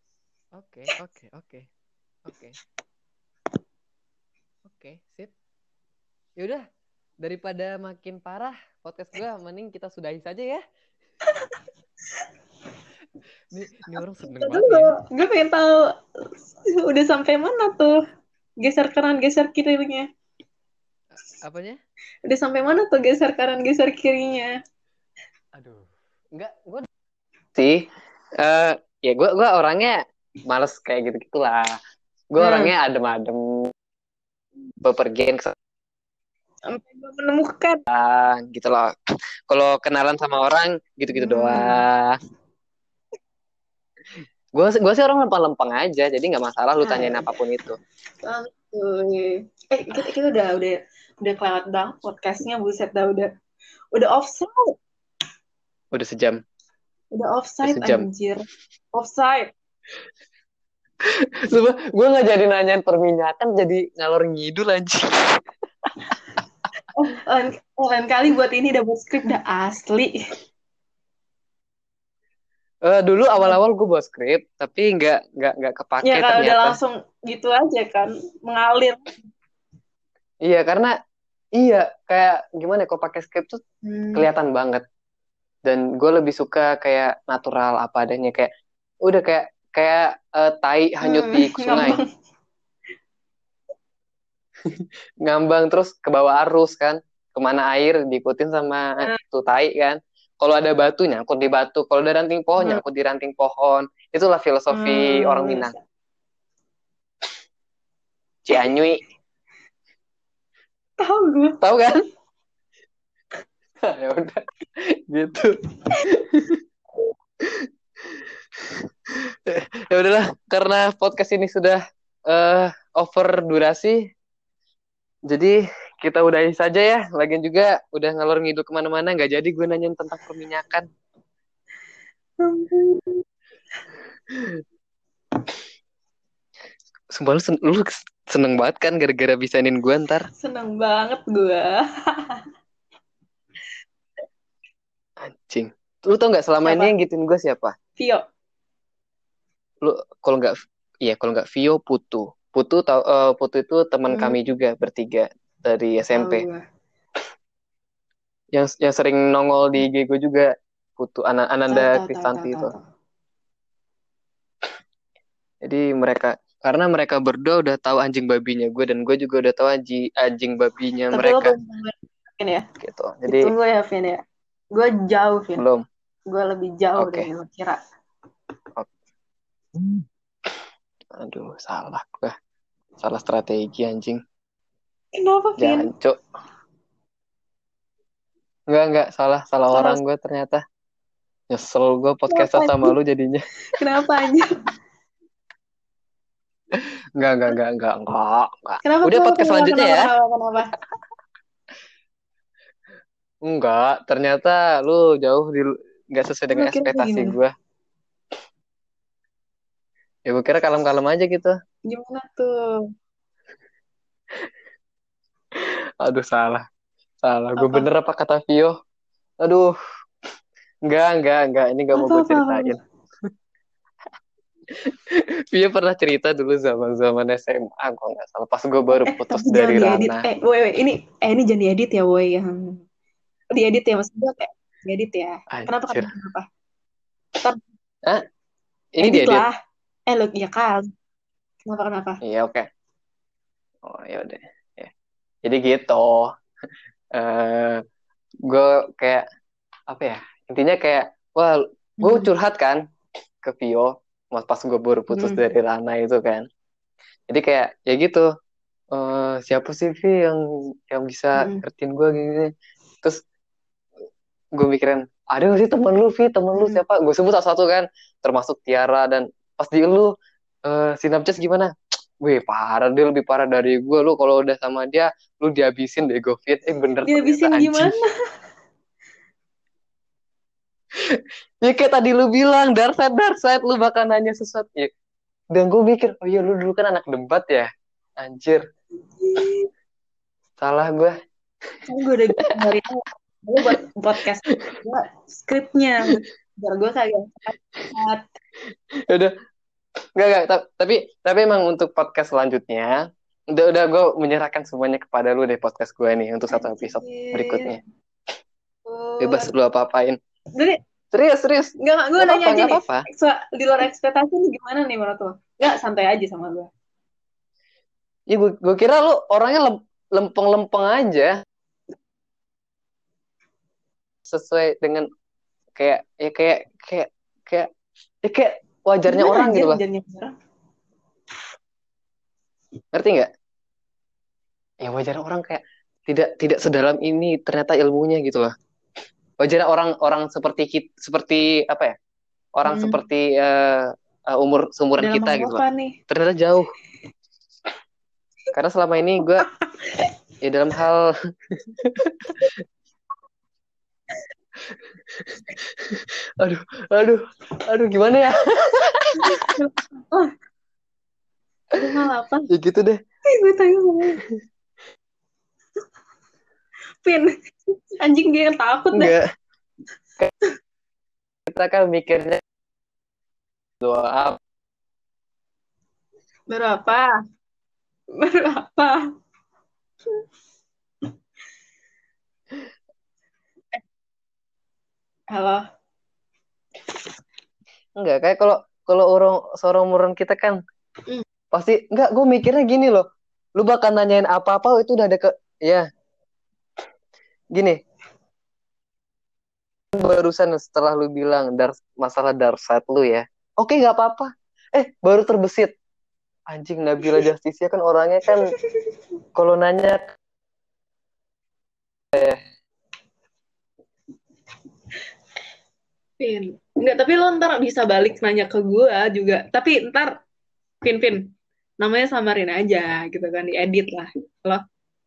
Speaker 1: Oke, sip. Yaudah, daripada makin parah podcast gue, mending kita sudahi saja ya. Ini orang seneng
Speaker 2: Tunggu
Speaker 1: banget nih
Speaker 2: dulu,
Speaker 1: ya.
Speaker 2: gue pengen tahu udah sampai mana tuh geser kanan geser kirinya.
Speaker 1: Apanya?
Speaker 2: Udah sampai mana tuh geser kanan geser kirinya?
Speaker 1: Aduh. Enggak, gue sih eh ya gue orangnya males kayak gitu gitulah. Gue orangnya
Speaker 2: Hmm,
Speaker 1: adem-adem, bepergian ke
Speaker 2: sampai gue menemukan.
Speaker 1: setan gitu loh. Kalau kenalan sama orang gitu-gitu
Speaker 2: Hmm,
Speaker 1: doang. Gue sih orang lempeng-lempeng aja, jadi nggak masalah lu
Speaker 2: ah ya
Speaker 1: tanyain
Speaker 2: udah.
Speaker 1: apapun itu.
Speaker 2: Santuy. Kita udah kelewat banget podcastnya, buset dah udah offside,
Speaker 1: Udah sejam,
Speaker 2: udah
Speaker 1: udah
Speaker 2: offside
Speaker 1: sejam.
Speaker 2: anjir, offside.
Speaker 1: Sumpah, gue nggak jadi nanyain perminyakan, jadi ngalor ngidul anjing.
Speaker 2: Lain kali buat ini udah buat skrip dah asli.
Speaker 1: Dulu awal-awal gue buat skrip, tapi nggak
Speaker 2: Ya
Speaker 1: kepake
Speaker 2: kalau udah
Speaker 1: ternyata.
Speaker 2: langsung gitu aja kan mengalir.
Speaker 1: Iya, karena iya kayak gimana ya, kalau pakai skrip tuh
Speaker 2: Hmm,
Speaker 1: kelihatan banget. Dan gue lebih suka kayak natural apa adanya, kayak udah kayak kayak tai hanyut di sungai,
Speaker 2: ngambang.
Speaker 1: ngambang terus ke bawah arus kan, kemana air diikutin sama tuh tai kan. Kalau ada batu nyangkut di batu, kalau ada ranting pohon
Speaker 2: Hmm,
Speaker 1: nyangkut di ranting pohon. Itulah filosofi orang Minang.
Speaker 2: bisa.
Speaker 1: Cianyui,
Speaker 2: Tahu gue.
Speaker 1: tahu kan? Ya udah gitu. Ya udahlah, karena podcast ini sudah over durasi, jadi kita udahi saja ya. Lagian juga udah ngalor ngidul kemana-mana, nggak jadi gue nanyain tentang perminyakan. Sumpah lu seneng banget kan gara-gara bisainin gue ntar.
Speaker 2: Seneng banget gue.
Speaker 1: Anjing. Lu tau nggak selama ini
Speaker 2: Siapa?
Speaker 1: yang gituin gue siapa?
Speaker 2: Vio.
Speaker 1: Lu kalau nggak, iya kalau nggak Vio, Putu. Putu itu teman
Speaker 2: Hmm,
Speaker 1: kami juga bertiga dari
Speaker 2: tahu
Speaker 1: SMP.
Speaker 2: gue.
Speaker 1: Yang sering nongol di IG gue juga. Putu
Speaker 2: Tahu
Speaker 1: Ananda
Speaker 2: tahu tahu tahu
Speaker 1: Kristanti
Speaker 2: tahu
Speaker 1: itu.
Speaker 2: tahu.
Speaker 1: Jadi karena mereka berdua udah tahu anjing babinya gue, dan gue juga udah tahu anjing babinya
Speaker 2: Tapi lo
Speaker 1: mereka
Speaker 2: belum mungkin ya.
Speaker 1: gitu. Jadi
Speaker 2: Ditunggu ya, Vin ya. Gue jauh, Vin.
Speaker 1: belum.
Speaker 2: Gue lebih jauh
Speaker 1: Oke.
Speaker 2: dari lo kira.
Speaker 1: Aduh, salah gue. Salah strategi anjing.
Speaker 2: Kenapa, Vin?
Speaker 1: Jancuk. Enggak, salah
Speaker 2: Salah
Speaker 1: orang gue ternyata. Nyesel gue
Speaker 2: kenapa
Speaker 1: podcastan sama
Speaker 2: anjir?
Speaker 1: lu jadinya.
Speaker 2: Kenapa anjir?
Speaker 1: Enggak.
Speaker 2: Kenapa,
Speaker 1: Udah
Speaker 2: kenapa,
Speaker 1: podcast
Speaker 2: kenapa,
Speaker 1: selanjutnya
Speaker 2: kenapa,
Speaker 1: ya.
Speaker 2: kenapa, kenapa?
Speaker 1: Enggak, ternyata lu jauh nggak sesuai dengan
Speaker 2: Lu kira kayak
Speaker 1: ekspektasi
Speaker 2: gimana?
Speaker 1: gue. Ya gue kira kalem-kalem aja gitu.
Speaker 2: Gimana tuh?
Speaker 1: Aduh, salah. Gue
Speaker 2: Apa?
Speaker 1: bener apa kata Vio? Aduh, enggak. Ini nggak mau
Speaker 2: Apa,
Speaker 1: gue
Speaker 2: apa, apa?
Speaker 1: ceritain. Vio pernah cerita dulu zaman SMA, kalau nggak salah. Pas gue baru putus
Speaker 2: Tapi jangan
Speaker 1: dari
Speaker 2: diedit.
Speaker 1: Rana.
Speaker 2: Woi, ini jangan diedit ya, woi. Yang diedit ya, maksud gue kayak diedit ya. Kenapa,
Speaker 1: Anjir.
Speaker 2: kenapa, kenapa? Ntar
Speaker 1: Hah? Ini
Speaker 2: edit
Speaker 1: diedit?
Speaker 2: lah. Lo, ya kan. Kenapa, kenapa?
Speaker 1: Iya, oke. Oh, ya udah. Ya. Jadi gitu. eh gue kayak apa ya? Intinya kayak, wah, gue
Speaker 2: Hmm.
Speaker 1: curhat kan ke Vio pas gue baru putus
Speaker 2: Hmm.
Speaker 1: dari Rana itu kan. Jadi kayak ya gitu. Siapa sih Vi yang bisa
Speaker 2: Hmm.
Speaker 1: ngertiin gue gini? Terus gue mikirin, ada gak sih temen lu Vi, temen lu
Speaker 2: Hmm.
Speaker 1: siapa? Gue sebut satu-satu kan, termasuk Tiara. Dan pas di lu Sinapjas gimana? Wih, parah, dia lebih parah dari gue. Lu kalau udah sama dia, lu dihabisin deh gue fit. Bener ternyata
Speaker 2: Dihabisin
Speaker 1: anjing.
Speaker 2: gimana?
Speaker 1: Ya kayak tadi lu bilang, dark side, lu bakal nanya sesuatu. Ya. Dan gue mikir, oh iya lu dulu kan anak debat ya. Anjir, salah gue.
Speaker 2: Kan gue udah dari gue buat podcast gue skripnya biar gue kagak saat.
Speaker 1: Udah, enggak. Tapi emang untuk podcast selanjutnya, udah gue menyerahkan semuanya kepada lu deh podcast gue nih untuk satu episode
Speaker 2: Anjir.
Speaker 1: berikutnya. Bebas
Speaker 2: Oh.
Speaker 1: lu apa-apain.
Speaker 2: Udah deh,
Speaker 1: Serius.
Speaker 2: Enggak, gue
Speaker 1: Nggak
Speaker 2: nanya
Speaker 1: apa-apa,
Speaker 2: aja
Speaker 1: nggak
Speaker 2: nih.
Speaker 1: apa-apa.
Speaker 2: Di luar ekspektasi nih gimana nih menurut lo? Enggak, santai aja sama gue.
Speaker 1: Ya gue kira lu orangnya lempeng-lempeng aja, sesuai dengan kayak ya kayak kayak wajarnya
Speaker 2: Gimana
Speaker 1: orang
Speaker 2: anjir
Speaker 1: gitu loh.
Speaker 2: hujannya sekarang?
Speaker 1: Ngerti nggak? Ya wajarnya orang kayak tidak sedalam ini ternyata ilmunya gitu loh. Wajarnya orang seperti apa ya? Orang
Speaker 2: Hmm.
Speaker 1: seperti umur seumuran
Speaker 2: Dalam
Speaker 1: kita
Speaker 2: hal
Speaker 1: gitu
Speaker 2: apa
Speaker 1: loh.
Speaker 2: nih?
Speaker 1: Ternyata jauh. Karena selama ini gue ya dalam hal aduh aduh aduh gimana ya?
Speaker 2: Oh, dalam hal apa?
Speaker 1: Ya gitu deh.
Speaker 2: Gue tanya ngomong. Pin, anjing dia yang takut dah.
Speaker 1: Enggak. Kita kan mikirnya doa.
Speaker 2: Berapa? Berapa? Halo.
Speaker 1: Enggak, kayak kalau kalau seorang kita kan
Speaker 2: Hmm.
Speaker 1: pasti enggak, gue mikirnya gini loh. Lu bakal nanyain apa-apa itu udah ada ya gini, barusan setelah lu bilang masalah dark side lu ya. Oke, nggak apa-apa. Baru terbesit. Anjing, Nabila Justisia kan orangnya kan kalau nanya
Speaker 2: Pin. Enggak, tapi lo ntar bisa balik nanya ke gue juga. Tapi ntar, Pin, namanya samarin aja gitu kan, diedit lah. Lo,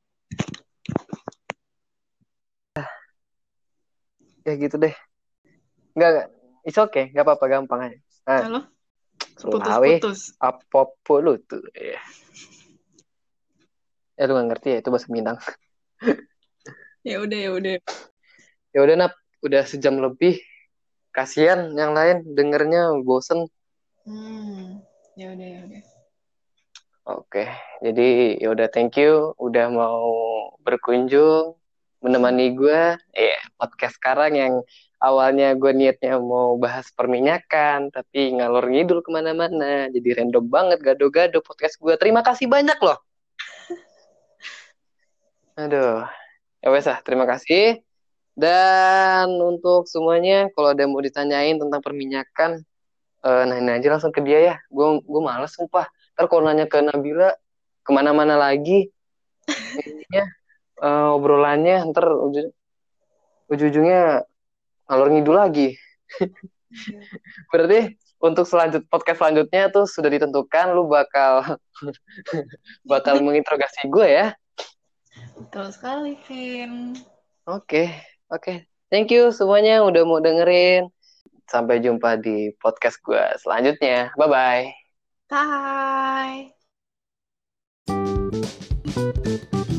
Speaker 1: ya gitu deh. Enggak. It's okay, nggak apa-apa, gampang aja. Nah,
Speaker 2: halo,
Speaker 1: Selawe,
Speaker 2: putus-putus.
Speaker 1: apa lu tuh ya. Lu nggak ngerti ya itu bahasa Minang.
Speaker 2: Ya udah.
Speaker 1: Ya udah Nap, udah sejam lebih. Kasian yang lain dengernya bosen.
Speaker 2: Hmm, ya udah.
Speaker 1: Oke, jadi ya udah thank you udah mau berkunjung menemani gue. Podcast sekarang yang awalnya gue niatnya mau bahas perminyakan, tapi ngalor ngidul kemana-mana. Jadi random banget gado-gado podcast gue. Terima kasih banyak loh. Aduh, ya wes terima kasih. Dan untuk semuanya, kalau ada yang mau ditanyain tentang perminyakan, nanya aja langsung ke dia ya. Gue males sumpah. Ntar kalau nanya ke Nabila, kemana-mana lagi. Intinya obrolannya ntar ujung-ujungnya ngalor ngidul lagi. Berarti untuk podcast selanjutnya tuh sudah ditentukan lu bakal bakal menginterogasi gue ya.
Speaker 2: Betul sekali, Pin.
Speaker 1: Oke, oke. Thank you semuanya udah mau dengerin. Sampai jumpa di podcast gue selanjutnya. Bye-bye.
Speaker 2: Bye.